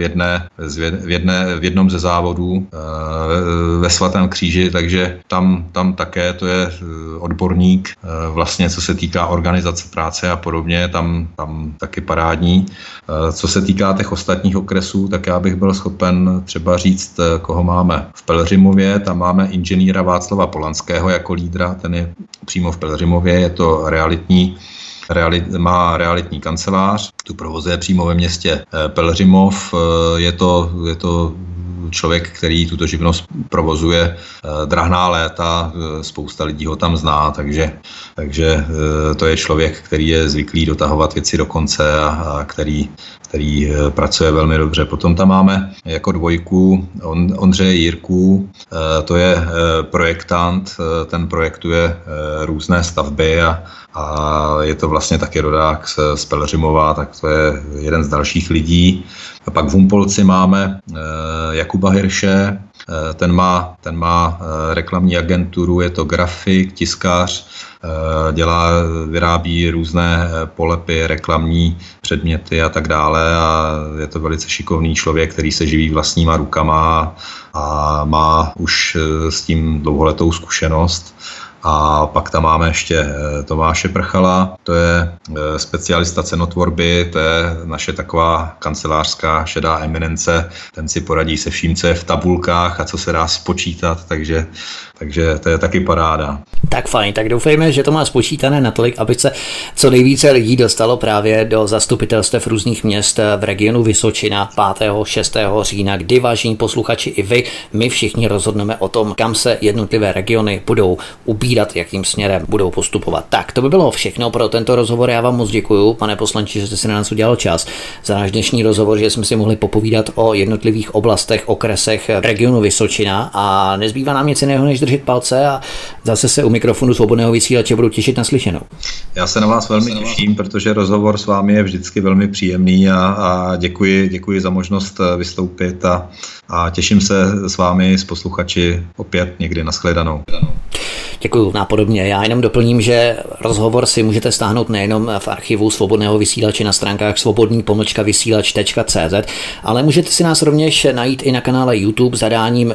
v jednom ze závodů ve Svatém Kříži, takže tam také to je odborník, vlastně co se týká organizace práce a podobně, tam taky parádní. Co se týká těch ostatních okresů, tak já bych byl schopen třeba říct, koho máme v Pelhřimově, tam máme inženýra Václava Polanského jako lídra, ten je přímo v Pelhřimově, je to má realitní kancelář, tu provozuje přímo ve městě Pelhřimov, je to člověk, který tuto živnost provozuje drahná léta, spousta lidí ho tam zná, takže to je člověk, který je zvyklý dotahovat věci do konce a který pracuje velmi dobře. Potom tam máme jako dvojku Ondřeje Jirků, to je projektant, ten projektuje různé stavby a je to vlastně taky rodák z Pelhřimova, tak to je jeden z dalších lidí. A pak v Humpolci máme Jakuba Hirše, ten má reklamní agenturu, je to grafik, tiskař, vyrábí různé polepy, reklamní předměty a tak dále a je to velice šikovný člověk, který se živí vlastníma rukama a má už s tím dlouholetou zkušenost. A pak tam máme ještě Tomáše Prchala, to je specialista cenotvorby, to je naše taková kancelářská šedá eminence, ten si poradí se vším, co je v tabulkách a co se dá spočítat, takže to je taky paráda. Tak fajn, tak doufejme, že to má spočítané natolik, aby se co nejvíce lidí dostalo právě do zastupitelstev různých měst v regionu Vysočina 5. 6. října, kdy, vážení posluchači, i vy, my všichni rozhodneme o tom, kam se jednotlivé regiony budou ubírat, jakým směrem budou postupovat. Tak, to by bylo všechno pro tento rozhovor. Já vám moc děkuju, pane poslanče, že jste si na nás udělal čas za náš dnešní rozhovor, že jsme si mohli popovídat o jednotlivých oblastech, okresech regionu Vysočina a nezbývá nám nic jiného, než držet palce a zase se u mikrofonu Svobodného vysílače budu těšit na slyšenou. Já se na vás velmi těším, protože rozhovor s vámi je vždycky velmi příjemný a děkuji za možnost vystoupit a těším se s vámi, s posluchači, opět někdy nashledanou. Děkuju, nápodobně. Já jenom doplním, že rozhovor si můžete stáhnout nejenom v archivu Svobodného vysílače na stránkách svobodný-vysílač.cz, ale můžete si nás rovněž najít i na kanále YouTube zadáním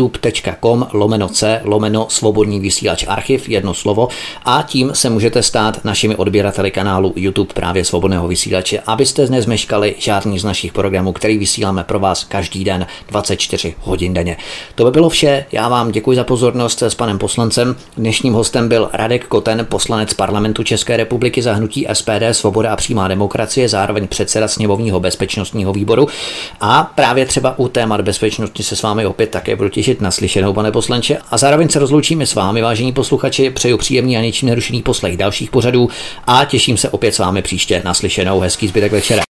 youtube.com/svobodný vysílač archiv, jedno slovo, a tím se můžete stát našimi odběrateli kanálu YouTube právě Svobodného vysílače, abyste nezmeškali žádný z našich programů, který vysíláme pro vás každý den 24 hodin denně. To by bylo vše. Já vám děkuji za pozornost s panem poslancem. Dnešním hostem byl Radek Koten, poslanec Parlamentu České republiky za hnutí SPD, Svoboda a přímá demokracie, zároveň předseda sněmovního bezpečnostního výboru. A právě třeba u témat bezpečnosti se s vámi opět také budu těšit na slyšenou, pane poslanče. A zároveň se rozloučíme s vámi, vážení posluchači. Přeju příjemný a ničím nerušený poslech dalších pořadů a těším se opět s vámi příště na slyšenou. Hezký zbytek večera.